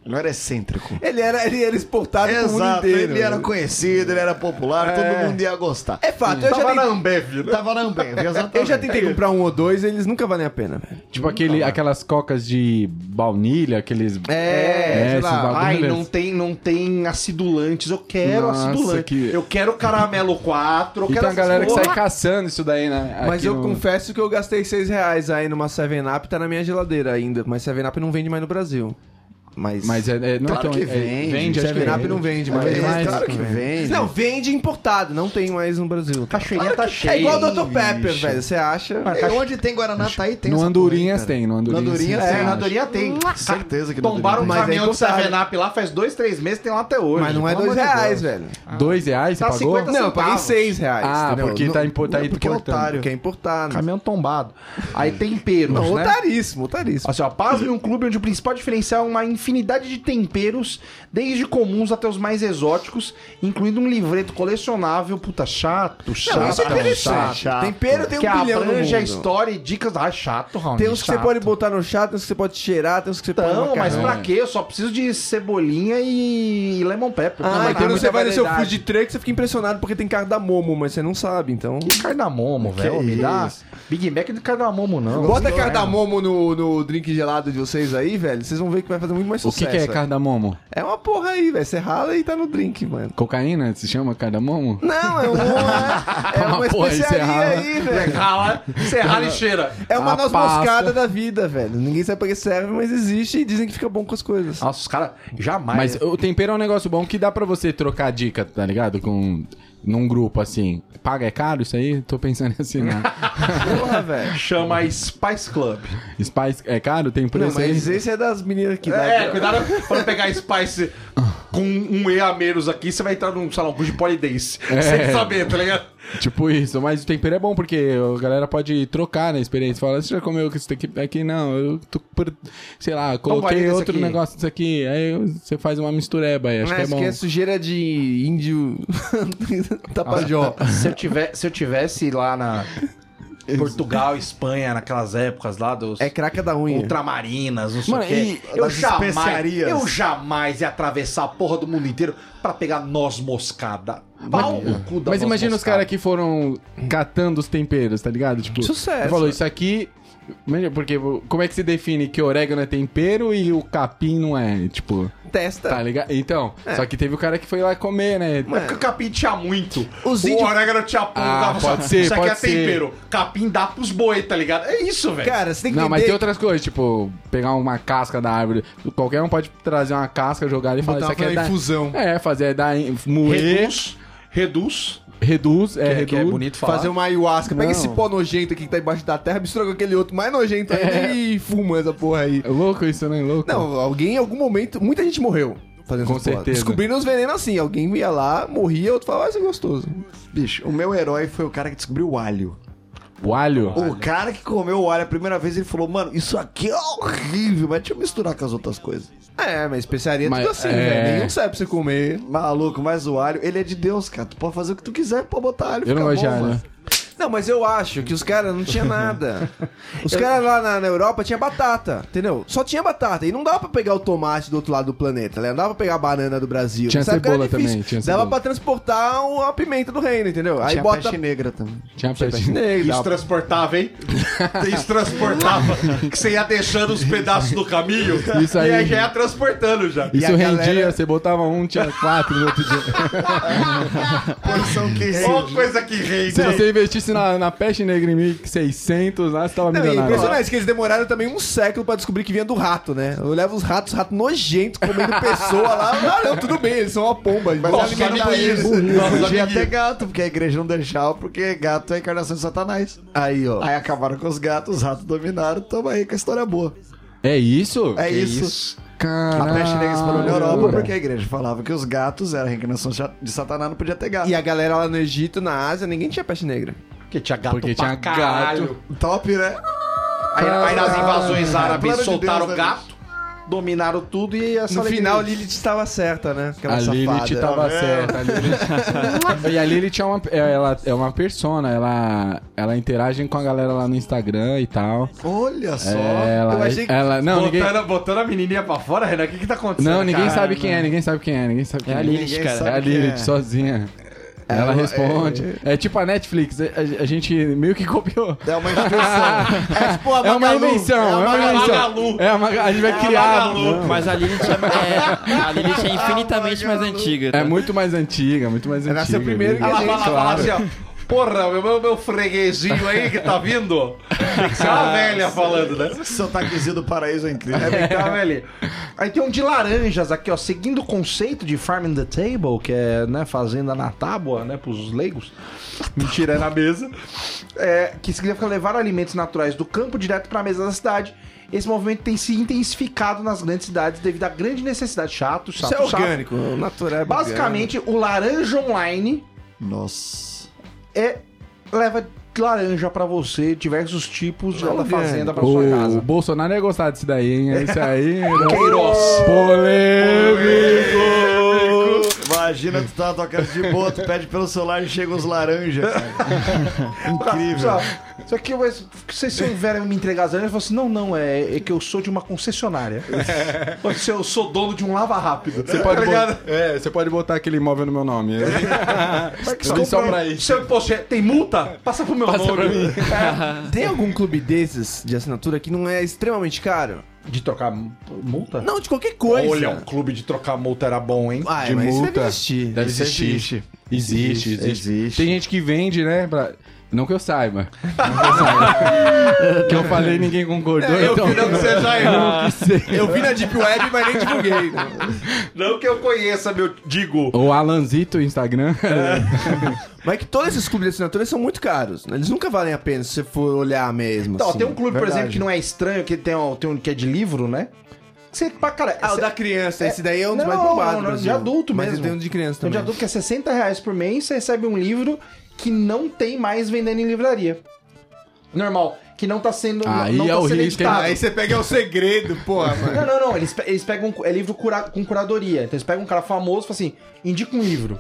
Não era excêntrico. Ele era exportado pro mundo Exato, inteiro. ele era conhecido, ele era popular, todo mundo ia gostar. É fato, eu já Tava na tentei- Ambev, né? Tava na Ambev, exatamente. eu já tentei comprar um ou dois, eles nunca valem a pena, velho. Tipo aquelas cocas de baunilha, aqueles... sei esses lá. bagulhos. Ai, não tem acidulantes. Eu quero Nossa, acidulante. que- Eu quero caramelo 4. Eu E quero tem a galera que sai porra. caçando isso daí, né? Mas Aqui eu no- confesso que eu gastei R$6 aí numa 7-Up, tá na minha geladeira ainda. Mas 7-Up não vende mais no Brasil. Mas não Claro é tão... que vende. Vende, acho que 7-Up não vende mais. mais, claro que vende. Não, vende importado, não tem mais no Brasil. Cachoeirinha tá cheia. É igual o Dr. Pepper, velho. Você acha? É, onde tem Guaraná, tá aí, tem No essa Andorinhas porra aí, tem, no Andorinhas Andorinhas tem. tem. Na Dorinha tem. Certeza que no Tombaram um Andorinhas Mas é caminhão de importado. 7-Up lá faz 2, 3 meses, tem lá até hoje. Mas não é Pelo amor de R$2, Deus. velho. R$2 você Tá pagou? 50 Não, eu paguei centavos. R$6. Ah, entendeu? porque Não- tá não é importando. porque é otário. Porque é importado. Caminhão tombado. Aí temperos, Não, né? otaríssimo. Assim, ó, pasme um clube onde o principal diferencial é uma infinidade de temperos, desde comuns até os mais exóticos, incluindo um livreto colecionável. Puta, chato. Não, isso é interessante. chato. Tempero tem Que um bilhão no abrange a mundo. história e dicas. Ah, chato, Raul. Tem uns que você pode botar no chá, tem uns que você pode cheirar, tem uns que você pode Não, mas macarrão. pra quê? Eu só preciso de cebolinha e lemon pepper. Ah, Não, mas então tem você vai no seu variedade. food truck, você fica impressionado porque tem cardamomo, mas você não sabe, então... cardamomo, velho. Me dá. isso? Big Mac de cardamomo, não. Bota cardamomo no drink gelado de vocês aí, velho, vocês vão ver que vai fazer muito mais O sucesso. que é velho. cardamomo? É uma porra aí, velho, você rala e tá no drink, mano. Cocaína? Se chama cardamomo? Não, é uma Uma porra, especiaria você rala. aí, velho. Você rala e cheira. É uma A noz pasta. moscada da vida, velho. Ninguém sabe pra que serve, mas existe e dizem que fica bom com as coisas. Nossa, os caras jamais. Mas o tempero é um negócio bom que dá pra você trocar dica, tá ligado? Num grupo assim. Paga, é caro isso aí? Tô pensando em assinar. Porra, velho. Chama Spice Club. Spice é caro? Tem Não, preço aí? mas esse é das meninas que Cuidado pra não pegar Spice com um E a menos aqui, você vai entrar num salão de polidense. Sem saber, tá ligado? Tipo isso, mas o tempero é bom porque a galera pode trocar na experiência. Fala, você já comeu isso aqui? Não, eu tô por, sei lá, coloquei desse outro aqui. negócio disso aqui. Aí você faz uma mistureba aí, acho que é bom. que é sujeira de índio Tapajó. Se eu tivesse lá na Portugal, Espanha, naquelas épocas lá dos É craca da unha. ultramarinas, não sei Mano, o quê. e Eu das especiarias. jamais ia atravessar a porra do mundo inteiro pra pegar noz moscada. Pau no cu da Mas noz imagina os moscada. caras que foram catando os temperos, tá ligado? Tipo, Sucesso. falou, isso aqui... Porque como é que se define que orégano é tempero e o capim não é? Tipo, Testa. tá ligado? Então, só que teve o cara que foi lá comer, né? Mas porque o capim tinha muito. Os o índios- orégano tinha pouco. Ah, dava só- pode ser, Isso aqui é pode ser. tempero. Capim dá pros boi, tá ligado? É isso, velho. Cara, você tem que Não, mas entender tem outras coisas, tipo, pegar uma casca da árvore. Qualquer um pode trazer uma casca, jogar ali e falar, botar isso aqui é uma da... infusão. É, fazer, moer, Reduz. reduz, Que é bonito falar. Fazer uma ayahuasca. Pega Não. esse pó nojento aqui que tá embaixo da terra, mistura com aquele outro mais nojento ainda e fuma essa porra aí. É louco isso, né? Louco. Não, alguém em algum momento... Muita gente morreu fazendo Com essa porra. certeza. Descobrindo os venenos assim. Alguém ia lá, morria, outro falava, isso é gostoso. Bicho, o meu herói foi o cara que descobriu o alho. O alho? O cara que comeu o alho a primeira vez, ele falou, mano, isso aqui é horrível, mas deixa eu misturar com as outras coisas. É, mas especiaria é Mas- tudo assim, é. velho. Nenhum sabe pra você comer. Maluco, mas o alho, ele é de Deus, cara. Tu pode fazer o que tu quiser, pode botar alho, Eu não fica gosto de bom, alho. mano. Não, mas eu acho que os caras não tinham nada. Os caras lá na Europa tinha batata, entendeu? Só tinha batata. E não dava pra pegar o tomate do outro lado do planeta, né? Não dava pra pegar a banana do Brasil. Tinha Nessa época era cebola difícil. também, tinha Dava cebola. pra transportar a pimenta do reino, entendeu? Aí Tinha bota peste negra também. Tinha peixe peixe. negro, Isso dava- transportava, hein? Isso transportava. Que você ia deixando os pedaços do caminho. Isso aí. E aí já ia transportando já. Isso a rendia, galera- você botava um, tinha 4 no outro dia. Porção que Ó, coisa que rende. Se você investisse na peste negra em 1600, lá você tava Não, e é milionário. impressionante que eles demoraram também um século pra descobrir que vinha do rato, né? Eu levo os ratos nojentos, comendo pessoa lá. Ah, não, tudo bem, eles são uma pomba. Mas Nossa, alimenta amigo, eles. Nossa, Podia amiguinho. ter gato, porque a igreja não deixava, porque gato é a encarnação de Satanás. Aí, ó. Aí acabaram com os gatos, os ratos dominaram, tamo aí com a história boa. É isso? É isso. A Caralho. peste negra espalhou na Europa porque a igreja falava que os gatos eram a reencarnação de Satanás, não podia ter gato. E a galera lá no Egito, na Ásia, ninguém tinha peste negra. Porque tinha gato Porque pra tinha caralho. gato. Top, né? Aí nas invasões árabes Plano de soltaram Deus, né, gato. dominaram tudo e essa No alegria. final, a Lilith estava certa, né? Aquela A Lilith safada. tava certa. E a Lilith ela é uma persona, ela interage com a galera lá no Instagram e tal. Olha só. Ela, eu achei que- não, ninguém, Botando a menininha pra fora, Renan, o que tá acontecendo? não, ninguém cara? sabe quem é, ninguém sabe quem é. É a Lilith, Ninguém cara. sabe. É a quem Lilith, é. sozinha. Ela responde. É tipo a Netflix, a gente meio que copiou. É uma instituição. É tipo a É uma Magalu. invenção, é uma invenção. A gente vai criar. Não. Mas a Lilith a Lilith é infinitamente mais antiga. Tá? É muito mais antiga, muito mais antiga. nasceu primeiro que a Ela gente, fala assim, ó. Porra, meu freguesinho aí que tá vindo. Tem que ser uma velha falando, né? Sotaquezinho do paraíso é incrível. É bem que é uma velha. Aí tem um de laranjas aqui, ó. Seguindo o conceito de Farm the Table, que é, né, fazenda na tábua, né, pros leigos. Mentira, é na mesa. Que significa levar alimentos naturais do campo direto pra mesa da cidade. Esse movimento tem se intensificado nas grandes cidades devido à grande necessidade. Chato. Isso é orgânico, o natural é Basicamente, o Laranja Online Nossa. leva laranja pra você, diversos tipos de Orgânico. fazenda pra sua O casa. Bolsonaro ia gostar disso daí, hein? Isso aí. Queiroz. Polêmico. Imagina tu tá tocando de boa, tu pede pelo celular e chega os laranjas, cara. Incrível. Só que se vocês vierem me entregar as laranjas, eu falo assim, não, é que eu sou de uma concessionária. Eu sou dono de um lava rápido. Você pode, você pode botar aquele imóvel no meu nome. Só pra isso. Seu imposto tem multa? Passa pro meu nome. pra mim. Tem algum clube desses de assinatura que não é extremamente caro? De trocar multa? Não, de qualquer coisa. Olha, um clube de trocar multa era bom, hein? Ah, de mas isso multa. deve existir. Deve Isso existir. Existe. Existe. Tem gente que vende, né? Não que eu saiba. Que eu falei ninguém concordou. Então... Não que seja eu. Eu vi na Deep Web, mas nem divulguei. Não que eu conheça, meu digo. O Alanzito, Instagram. Mas que todos esses clubes de assinatura são muito caros. Né? Eles nunca valem a pena se você for olhar mesmo. Então, assim. tem um clube, por verdade. exemplo, que não é estranho, que tem um que é de livro, né? Você, cara, Ah, o da criança. Esse daí é um dos mais Não, bombados. não, do Brasil. de adulto mas mesmo. tem um de criança Tem um de também. adulto que é R$60 por mês, você recebe um livro que não tem mais vendendo em livraria. Normal. Que não tá sendo. Aí não é tá o sendo risco, editado. Aí você pega o segredo, porra, mano. Não. Eles pegam. É livro com curadoria. Então eles pegam um cara famoso e falam assim: indica um livro.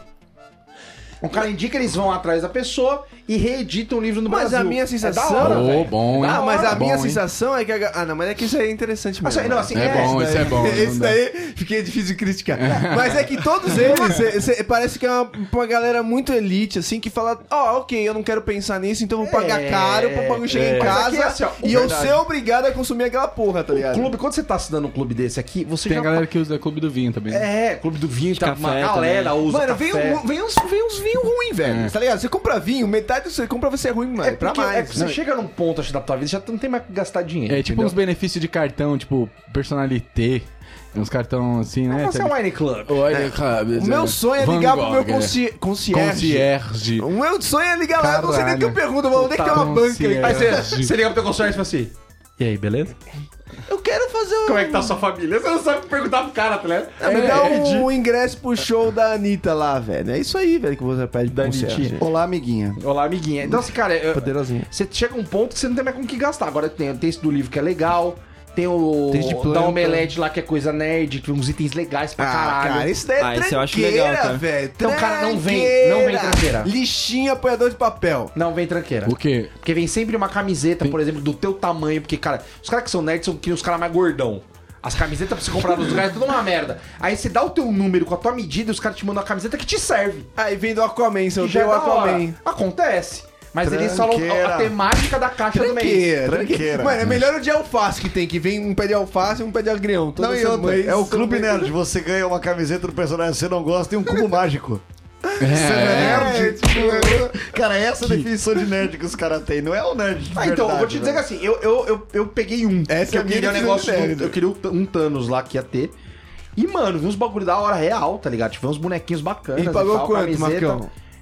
O cara indica, eles vão atrás da pessoa e reeditam o livro no Mas Brasil. a minha sensação- É da hora, Ô, velho. bom, hein? Ah, mas a Bom, minha hein? sensação é que... Ah, não, mas é que isso aí é interessante mesmo. Assim, não, assim, É bom, isso é bom. Esse não dá. daí fiquei difícil de criticar. Mas é que todos eles, parece que é uma galera muito elite, assim, que fala, ok, eu não quero pensar nisso, então eu vou pagar caro pro bagulho chegar em Mas casa aqui é assim, ó, e eu verdade. ser obrigado a consumir aquela porra, tá ligado? Clube, quando você tá assinando um clube desse aqui, você Tem já. a galera que usa Clube do Vinho também. Clube do vinho, tá, café uma galera também. usa. Mano, café. vem uns vinhos ruins, velho. Tá ligado? Você compra vinho, metade do que você compra vai ser ruim, mano. É pra porque mais. você chega num ponto acho, da tua vida, já não tem mais que gastar dinheiro. É tipo entendeu? uns benefícios de cartão, tipo personalité. Uns cartão assim, né? Você é um wine club. O meu sonho é ligar pro meu concierge. concierge. O meu sonho é ligar lá, eu não sei nem o que eu pergunto, mano. Onde é que tem uma banca Concierge. aí? Aí você liga pro teu concierge e fala assim: e aí, beleza? Eu quero fazer Como é que tá a sua família? Você não sabe perguntar pro cara, tá ligado? Me dá um ingresso pro show da Anitta lá, velho. É isso aí, velho, que você pede pro concierge. Anitta. Olá, amiguinha. Olá, amiguinha. Então, assim, cara, Poderosinha. você chega a um ponto que você não tem mais com o que gastar. Agora tem esse do livro que é legal. Tem o Tem de planta. da Omelete lá, que é coisa nerd, que tem uns itens legais pra caralho. Cara, isso daí é Esse eu acho tranqueira, legal, cara. velho. Então, cara, não vem tranqueira. Lixinha, apoiador de papel. Não vem tranqueira. O quê? Porque vem sempre uma camiseta, por exemplo, do teu tamanho. Porque, cara, os caras que são nerds são que os caras mais gordão. As camisetas pra você comprar nos lugares é tudo uma merda. Aí você dá o teu número com a tua medida e os caras te mandam a camiseta que te serve. Aí vem do Aquaman, se eu Que já é tenho o da hora. Aquaman. Acontece. Mas eles falam Tranqueira. a temática da caixa do mês. Tranqueira. Mano, é melhor o de alface que tem, que vem um pé de alface e um pé de agrião. Toda Não, e outra, mês é o são Clube bem- Nerd. Você ganha uma camiseta do personagem que você não gosta e um cubo mágico. Você É. é nerd. Tipo, cara, essa é a definição de nerd que os caras têm. Não é o nerd de Ah, então, eu vou te dizer verdade, que assim, eu peguei um. Essa que é eu a minha queria um definição negócio. de nerd. Eu queria um Thanos lá que ia ter. E, mano, vi uns bagulho da hora real, tá ligado? Tipo, vi uns bonequinhos bacanas. E pagou tal, quanto, camiseta. Marcão?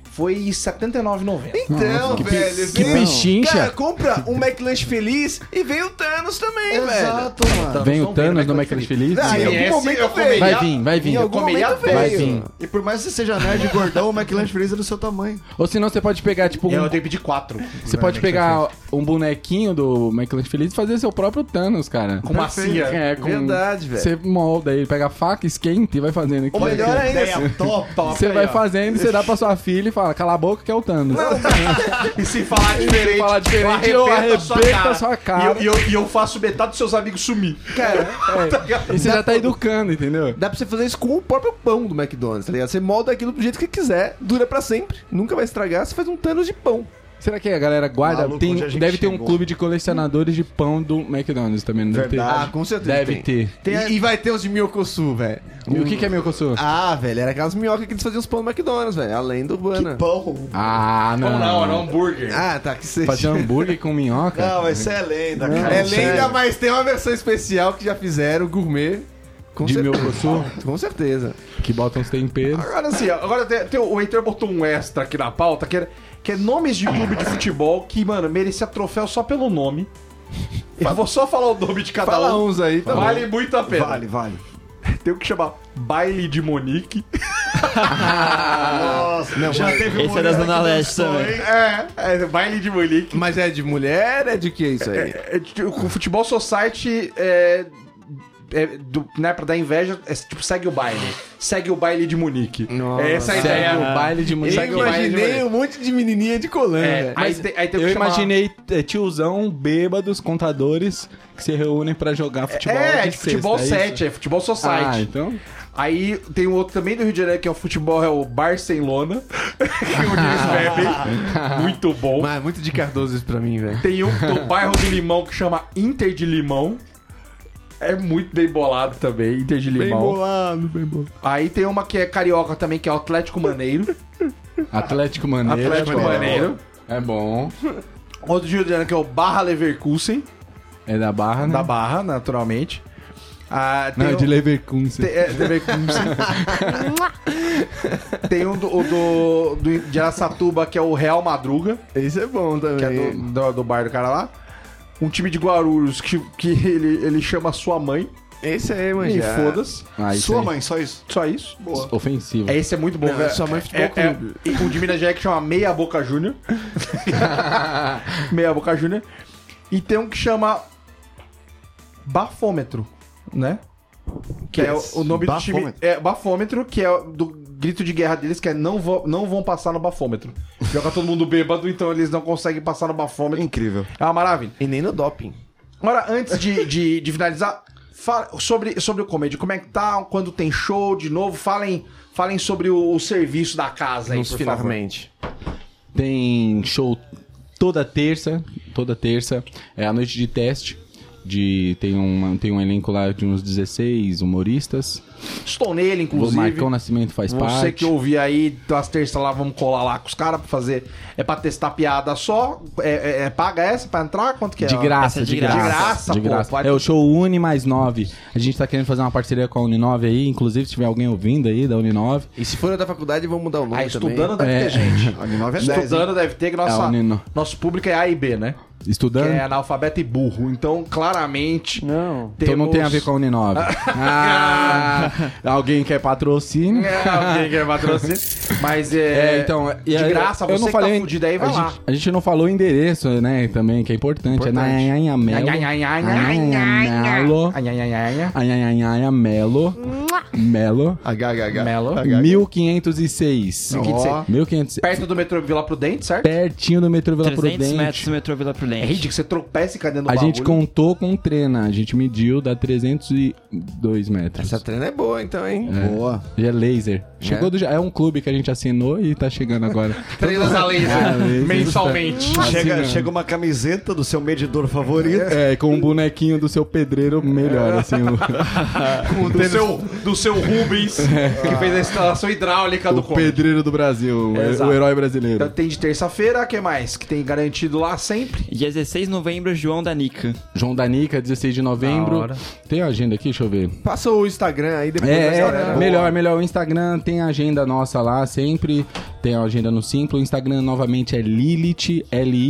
foi R$79,90. Então, que velho. que vem- pechincha. Cara, compra um McLanche feliz e vem o Thanos também, velho. Exato, mano. Vem o Vamos ver Thanos no no McLanche McLanche Feliz? Ah, em algum Esse momento eu veio. comeria- Vai vir. Em algum comeria momento bem. Vai veio. vir. E por mais que você seja nerd e gordão, o McLanche Feliz é do seu tamanho. Ou senão você pode pegar, tipo, Eu tenho que pedir 4. você pode pegar um bonequinho do McLanche Feliz e fazer seu próprio Thanos, cara. Com massinha. É, com... Verdade, velho. Você molda ele, pega a faca, esquenta e vai fazendo aqui. Ou melhor ainda, Top. Você vai fazendo e você dá pra sua filha e fala, cala a boca que é o Thanos. E se falar diferente, falar diferente, eu arrebento a sua cara. E eu faço metade dos seus amigos sumir. cara, E você já tá educando, entendeu? dá pra você fazer isso com o próprio pão do McDonald's, tá ligado? Você molda aquilo do jeito que quiser, dura pra sempre, nunca vai estragar, você faz um Thanos de pão. Será que a galera guarda? Maluco, onde a gente Deve ter um chegou. clube de colecionadores de pão do McDonald's também, não deve ter? Verdade. Ah, com certeza Deve tem. ter. E vai ter os de Miyokosu, velho. E o que é Miyokosu? Ah, velho, era aquelas minhocas que eles faziam os pão do McDonald's, velho, a lenda urbana. Pão. Ah, não. Não, era um hambúrguer. Ah, tá, que seja. Fazer hambúrguer com minhoca? Não, mas isso é lenda, cara. É Sério. lenda, mas tem uma versão especial que já fizeram, gourmet. Com De certeza. Miyokosu? Com certeza. Que botam os temperos. Agora assim, agora o Heitor botou um extra aqui na pauta, que é nomes de clube de futebol que, mano, merecia troféu só pelo nome. Eu vou só falar o nome de cada Fala um. uns aí, tá Vale muito a pena. Vale. Tem o que chamar Baile de Monique. Nossa, Não, já mas teve esse é da Zona Leste também. É, Baile de Monique. Mas é de mulher, é de que isso aí? O Futebol Society né, pra dar inveja, tipo, segue o baile. Segue o baile de Munique. Nossa. Essa é a Segue ideia. o baile de mulher. Eu Segue o baile de imaginei mulher. um monte de menininha de colã, É, velho. aí tem o que Eu chamar- imaginei tiozão, bêbados, contadores que se reúnem pra jogar futebol de futebol sexta, é 7, isso? é futebol Ah, society. então... Aí tem um outro também do Rio de Janeiro, que é o futebol, é o Barcelona. Onde eles bebem. Muito bom. Mas é muito de Cardoso isso pra mim, velho. Tem um do bairro do Limão que chama Inter de Limão. É muito bem bolado também, Inter de Limão. bem bolado. Aí tem uma que é carioca também, que é o Atlético Maneiro. Atlético Maneiro. Atlético Maneiro. É bom. Outro do Rio de Janeiro que é o Barra Leverkusen, É da Barra, né? da Barra, naturalmente. Ah, tem Não, é um- de Leverkusen. Leverkusen. Tem um de Araçatuba, que é o Real Madruga, Esse é bom que é também. do bar do cara lá. Um time de Guarulhos que ele chama sua mãe. Esse aí, mano. E foda-se. Ah, isso Sua aí. mãe, só isso. Só isso. Ofensivo. Esse é muito bom, Não, velho. sua mãe Futebol Clube. E um de Minas Gerais que chama Meia Boca Júnior. Meia Boca Júnior. E tem um que chama Bafômetro, né? Que é o nome do time. Bafômetro? É Bafômetro, que é do grito de guerra deles, que é não vão passar no bafômetro. Joga todo mundo bêbado, então eles não conseguem passar no bafômetro. Incrível. É uma maravilha. E nem no doping. Agora, antes de finalizar, sobre o comedy. Como é que tá? Quando tem show de novo? Falem sobre o serviço da casa aí, Nos por finalmente. Tem show toda terça. É a noite de teste. Tem um elenco lá de uns 16 humoristas. Estou nele, O inclusive. Marcão Nascimento faz Você parte. que ouvir aí, as terças lá, vamos colar lá com os caras pra fazer. É pra testar piada só? Paga essa pra entrar? Quanto que é? De graça, Essa é de de graça. graça. De Pô, graça. pode- É o show Uni mais 9. A gente tá querendo fazer uma parceria com a Uni9 aí. Inclusive, se tiver alguém ouvindo aí da Uni9. E se for da faculdade, vamos mudar o nome Estudando também. deve ter gente. A Uninove é 10, hein? Estudando deve ter, que É a Unino. nosso público é A e B, né? Que Estudando? é analfabeto e burro. Então, claramente. Não. Então não tem a ver com a Uni9. Alguém quer patrocínio? Alguém quer patrocínio. Mas Então, de graça, eu você não que falei, tá fudido aí, vai a lá. gente, a gente não falou o endereço, né, também, que é importante. É na Anhanhamelo. Anhanhamelo. Anhanhamelo. Melo. HHH. Melo. 1506. 1506. Perto do metrô Vila Prudente, certo? Pertinho do metrô Vila 300 Prudente. metros do metrô Vila É Prudente. ridículo, você tropeça e cai dentro do A gente bagulho. contou com trena. A gente mediu, dá 302 metros. Essa treina é boa, então, hein? Boa. E é laser. Chegou é um clube que a gente assinou e tá chegando agora. Treinas a laser, laser. mensalmente. Chega uma camiseta do seu medidor favorito. É, com um bonequinho do seu pedreiro melhor, assim. Do seu Rubens, que fez a instalação hidráulica do O comedy. pedreiro do Brasil, Exato. o herói brasileiro. Então tem de terça-feira, o que mais? Que tem garantido lá sempre. Dia 16 de novembro, João da Nica. João da Nica, 16 de novembro. Da hora. Tem a agenda aqui, deixa eu ver. Passa o Instagram aí depois da galera. Melhor. O Instagram tem a agenda nossa lá sempre. Tem a agenda no Simplo. O Instagram novamente é Lilith,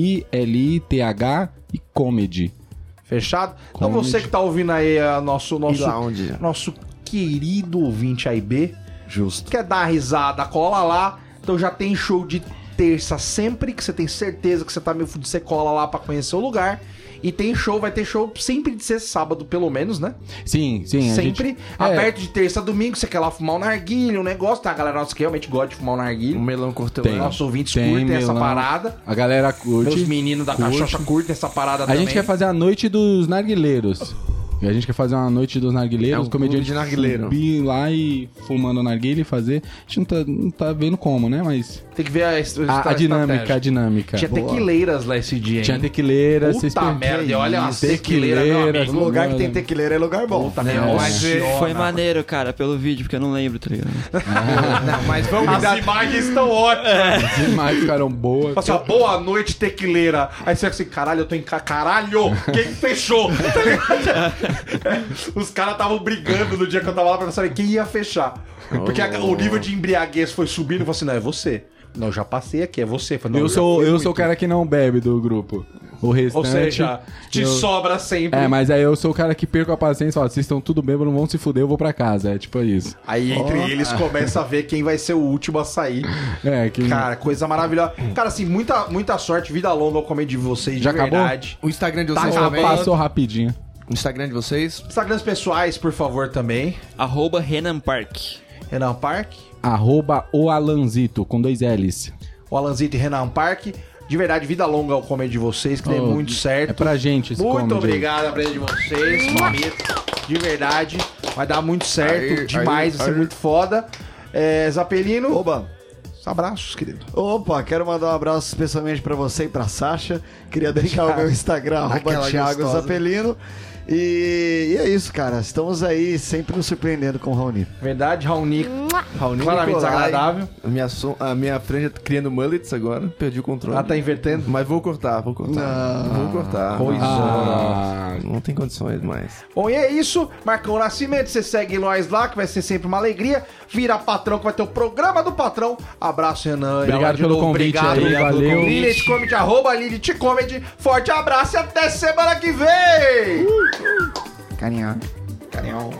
Lilith e Comedy. Fechado? Então Comedy. você que tá ouvindo aí nosso Lounge. querido ouvinte AIB, Justo. quer dar risada, cola lá. Então já tem show de terça sempre, que você tem certeza que você tá meio fudido, você cola lá pra conhecer o lugar. E tem show, vai ter show sempre de ser sábado, pelo menos, né? Sim. a Sempre gente- aberto de terça a domingo, você quer lá fumar um narguilha, um negócio, tá? A galera nossa que realmente gosta de fumar um narguilha. O melão cortelão. Tem. Nossos ouvintes Tem curtem essa melão. parada. A galera curte. Meus meninos da curte. cachocha curtem essa parada A também. gente quer fazer a noite dos narguilheiros. E a gente quer fazer uma noite dos narguilheiros, É um comediante clube de narguileiro. subir lá e fumando narguilha e fazer. A gente não tá vendo como, né? Mas Tem que ver a a dinâmica. Tinha tequileiras lá esse dia, hein? Tinha tequileira, vocês Puta merda, e olha as tequileiras, meu tequileira, amigo. Lugar que tem tequileira é lugar bom. Puta, Mas emociona. foi maneiro, cara, pelo vídeo, porque eu não lembro, tá ligado? Não, mas vamos As imagens estão ótimas. As imagens ficaram boas. Assim, ó, boa noite, tequileira. Aí você fica assim, caralho, eu tô em caralho, quem fechou? Tá ligado? Os caras estavam brigando no dia que eu tava lá pra saber quem ia fechar. Porque o nível de embriaguez foi subindo e falou assim, não, é você. Não, eu já passei aqui, é você. Falei, não, Eu já sou fui o muito. cara que não bebe do grupo. O restante... Ou seja, te eu- sobra sempre. É, mas aí eu sou o cara que perco a paciência e falo, vocês estão tudo bem, não vão se fuder, eu vou pra casa. É tipo isso. Aí entre eles começa a ver quem vai ser o último a sair. É, que... Cara, coisa maravilhosa. Cara, assim, muita sorte, vida longa ao comer de vocês, Já de acabou? verdade. O Instagram de Tá vocês acabando. também. Passou rapidinho. O Instagram de vocês. Instagrams pessoais, por favor, também. @Renan Park. Renan Park. @o Alanzito, com 2 L's. O Alanzito e Renan Park. De verdade, vida longa ao comer de vocês, que dê Oh, muito certo. É pra gente esse Muito comedy. obrigado a presença de vocês, prometo. De verdade, vai dar muito certo. Aí, demais, vai ser aí. muito foda. Zapelino, Oba! abraços, querido. Opa, quero mandar um abraço especialmente pra você e pra Sasha. Queria deixar o meu Instagram, Aquela Thiago gostosa. Zapelino. E é isso, cara. Estamos aí sempre nos surpreendendo com o Raoni. Verdade, Raoni, Raoni claramente Nicolai. desagradável. A minha franja tá criando mullets agora. Perdi o controle. Ela tá invertendo. Mas vou cortar. Vou cortar. Coisa. Ah, Não tem condições mais. Bom, e é isso. Marcão Nascimento, você segue nós lá, que vai ser sempre uma alegria. Vira patrão, que vai ter o programa do patrão. Abraço, Renan. Obrigado De pelo novo, convite obrigado aí, pelo valeu. convite. Lilith Comedy, @Lilith Comedy. Forte abraço e até semana que vem! Carinha. Carinhão.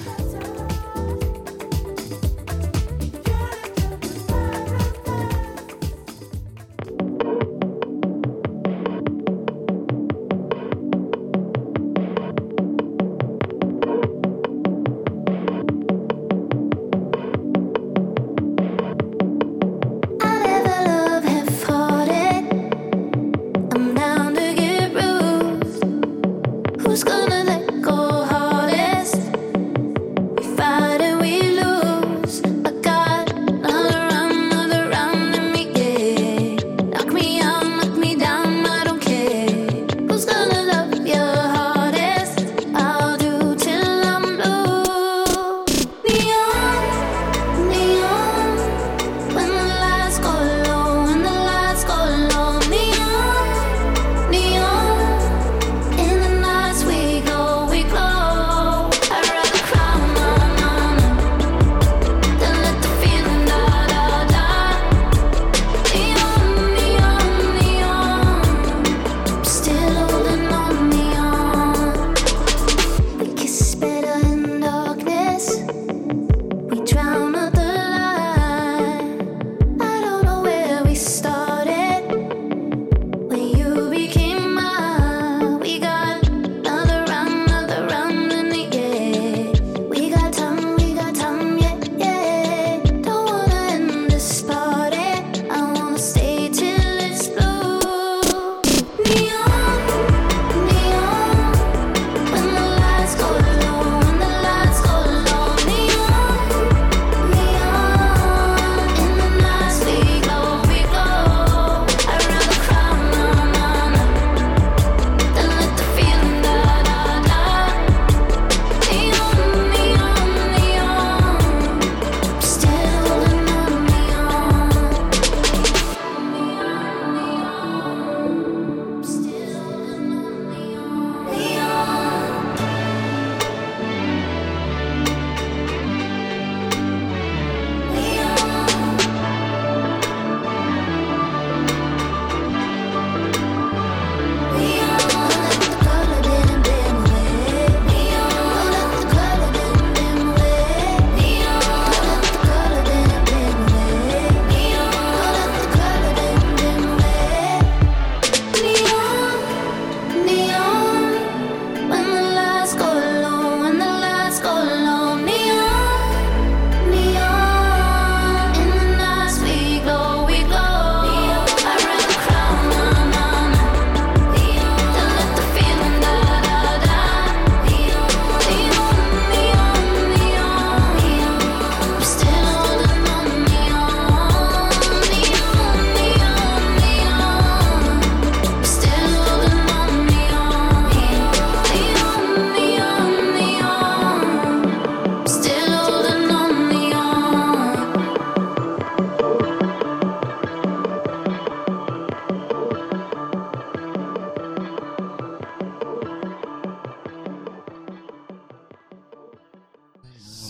I never love half-hearted. I'm down to get bruised. Who's gonna let go hardest?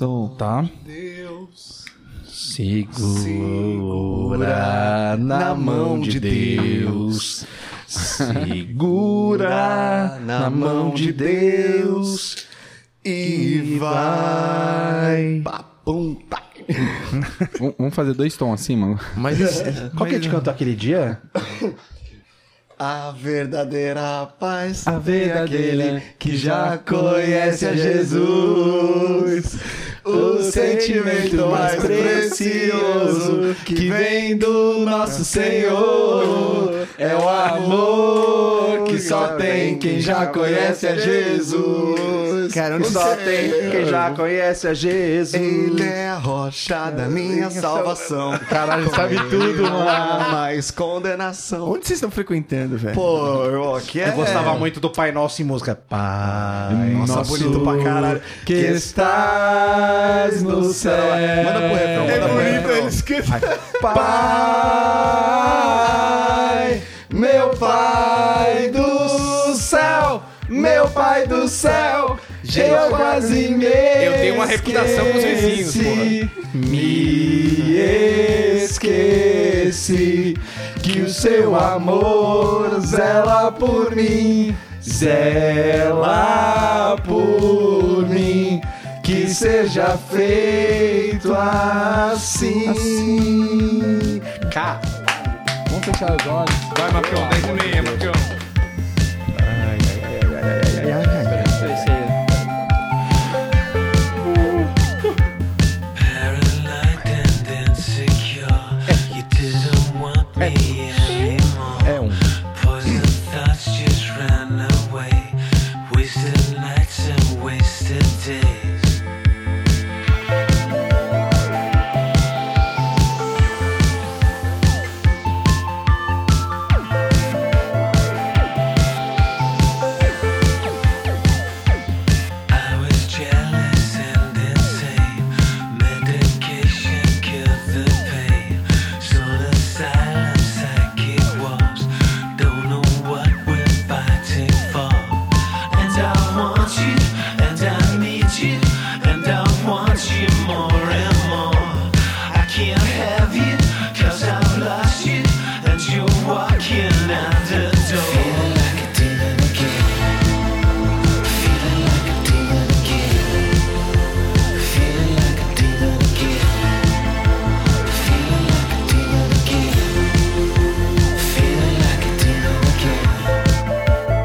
som. Tá. Segura na mão de Deus. Segura na mão de Deus. E vai. Papum, tá. Vamos fazer 2 tons acima. Mas Qual que a gente cantou aquele dia? A verdadeira paz A verdadeira aquele que já conhece a Jesus. O sentimento mais precioso que vem do nosso Senhor é o amor que só tem quem já conhece a Jesus. Cara, onde só tem quem já conhece a Jesus. Ele é a rocha da minha salvação. Caralho, sabe tudo, Não há mano. mais condenação. onde vocês estão frequentando, velho? Pô, que é... Eu gostava muito do Pai Nosso em música. Pai. Nossa, bonito pra caralho. Que estás no céu. Manda pro refrão, manda pro refrão. Pai, meu Pai do céu, meu Pai do céu, eu quase me Eu tenho uma reputação com os vizinhos, porra. Me esqueci que o seu amor zela por mim, zela por mim. Que seja feito assim. Cá. Vamos fechar os olhos. Vai, Mapião, 10h30, Mapião. Paranoid and insecure. You didn't want me anymore. Poison thoughts just ran away. Wasted nights and wasted days. I was jealous and insane. Medication cured the pain. Sort of silent psychic walls. Don't know what we're fighting for. And I want you, and I need you, and I want you more and more. I can't have you, 'cause I've lost you, and you're walking out the door. Feeling like a demon again. Feeling like a demon again. Feeling like a demon again. Feeling like a demon again. Feeling like a demon again.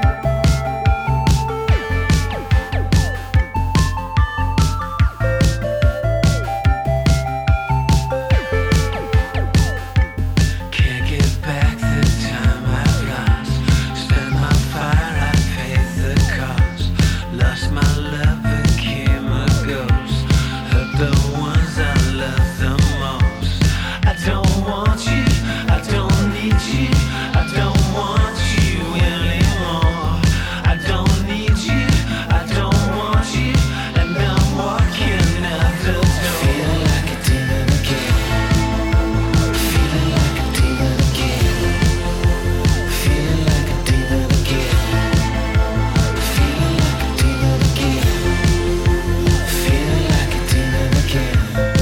Can't get back the time I've lost. Spent my fire, I paid the cost. Lost my love, became a ghost. Hurt the ones I love the most. I don't want you, I don't need you, I don't want you anymore. I don't need you, I don't want you, and I'm walking out the door. Feeling like a demon again. Feeling like a demon again. Feeling like a demon again. Feeling like a demon again. Feeling like a demon again.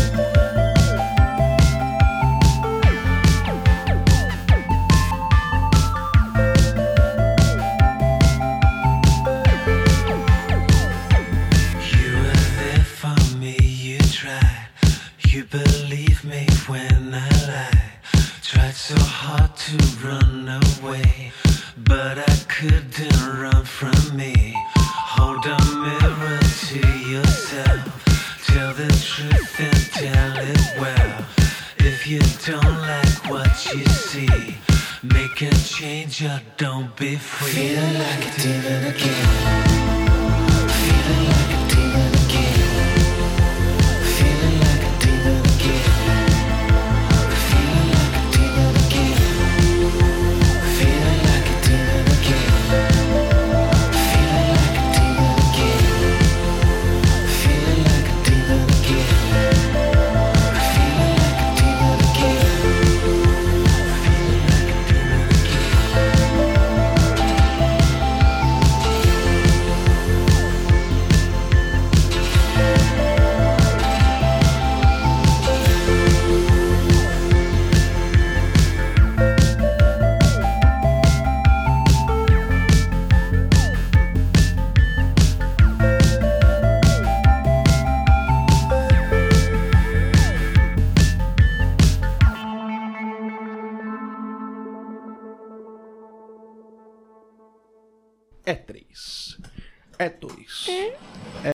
You were there for me, you tried. You believed me when I lied. Tried so hard to run away, but I couldn't run from me. Hold a mirror to yourself. Tell the truth and tell it well. If you don't like what you see, make a change or don't be free. Feeling like a demon again. Feeling like a demon again. Feeling like a demon again. Feeling like a demon again. Feeling like a demon again. Feeling like a demon again. Feeling like a demon again. Feeling like a demon again. Feeling like a demon again. é 3. É 2.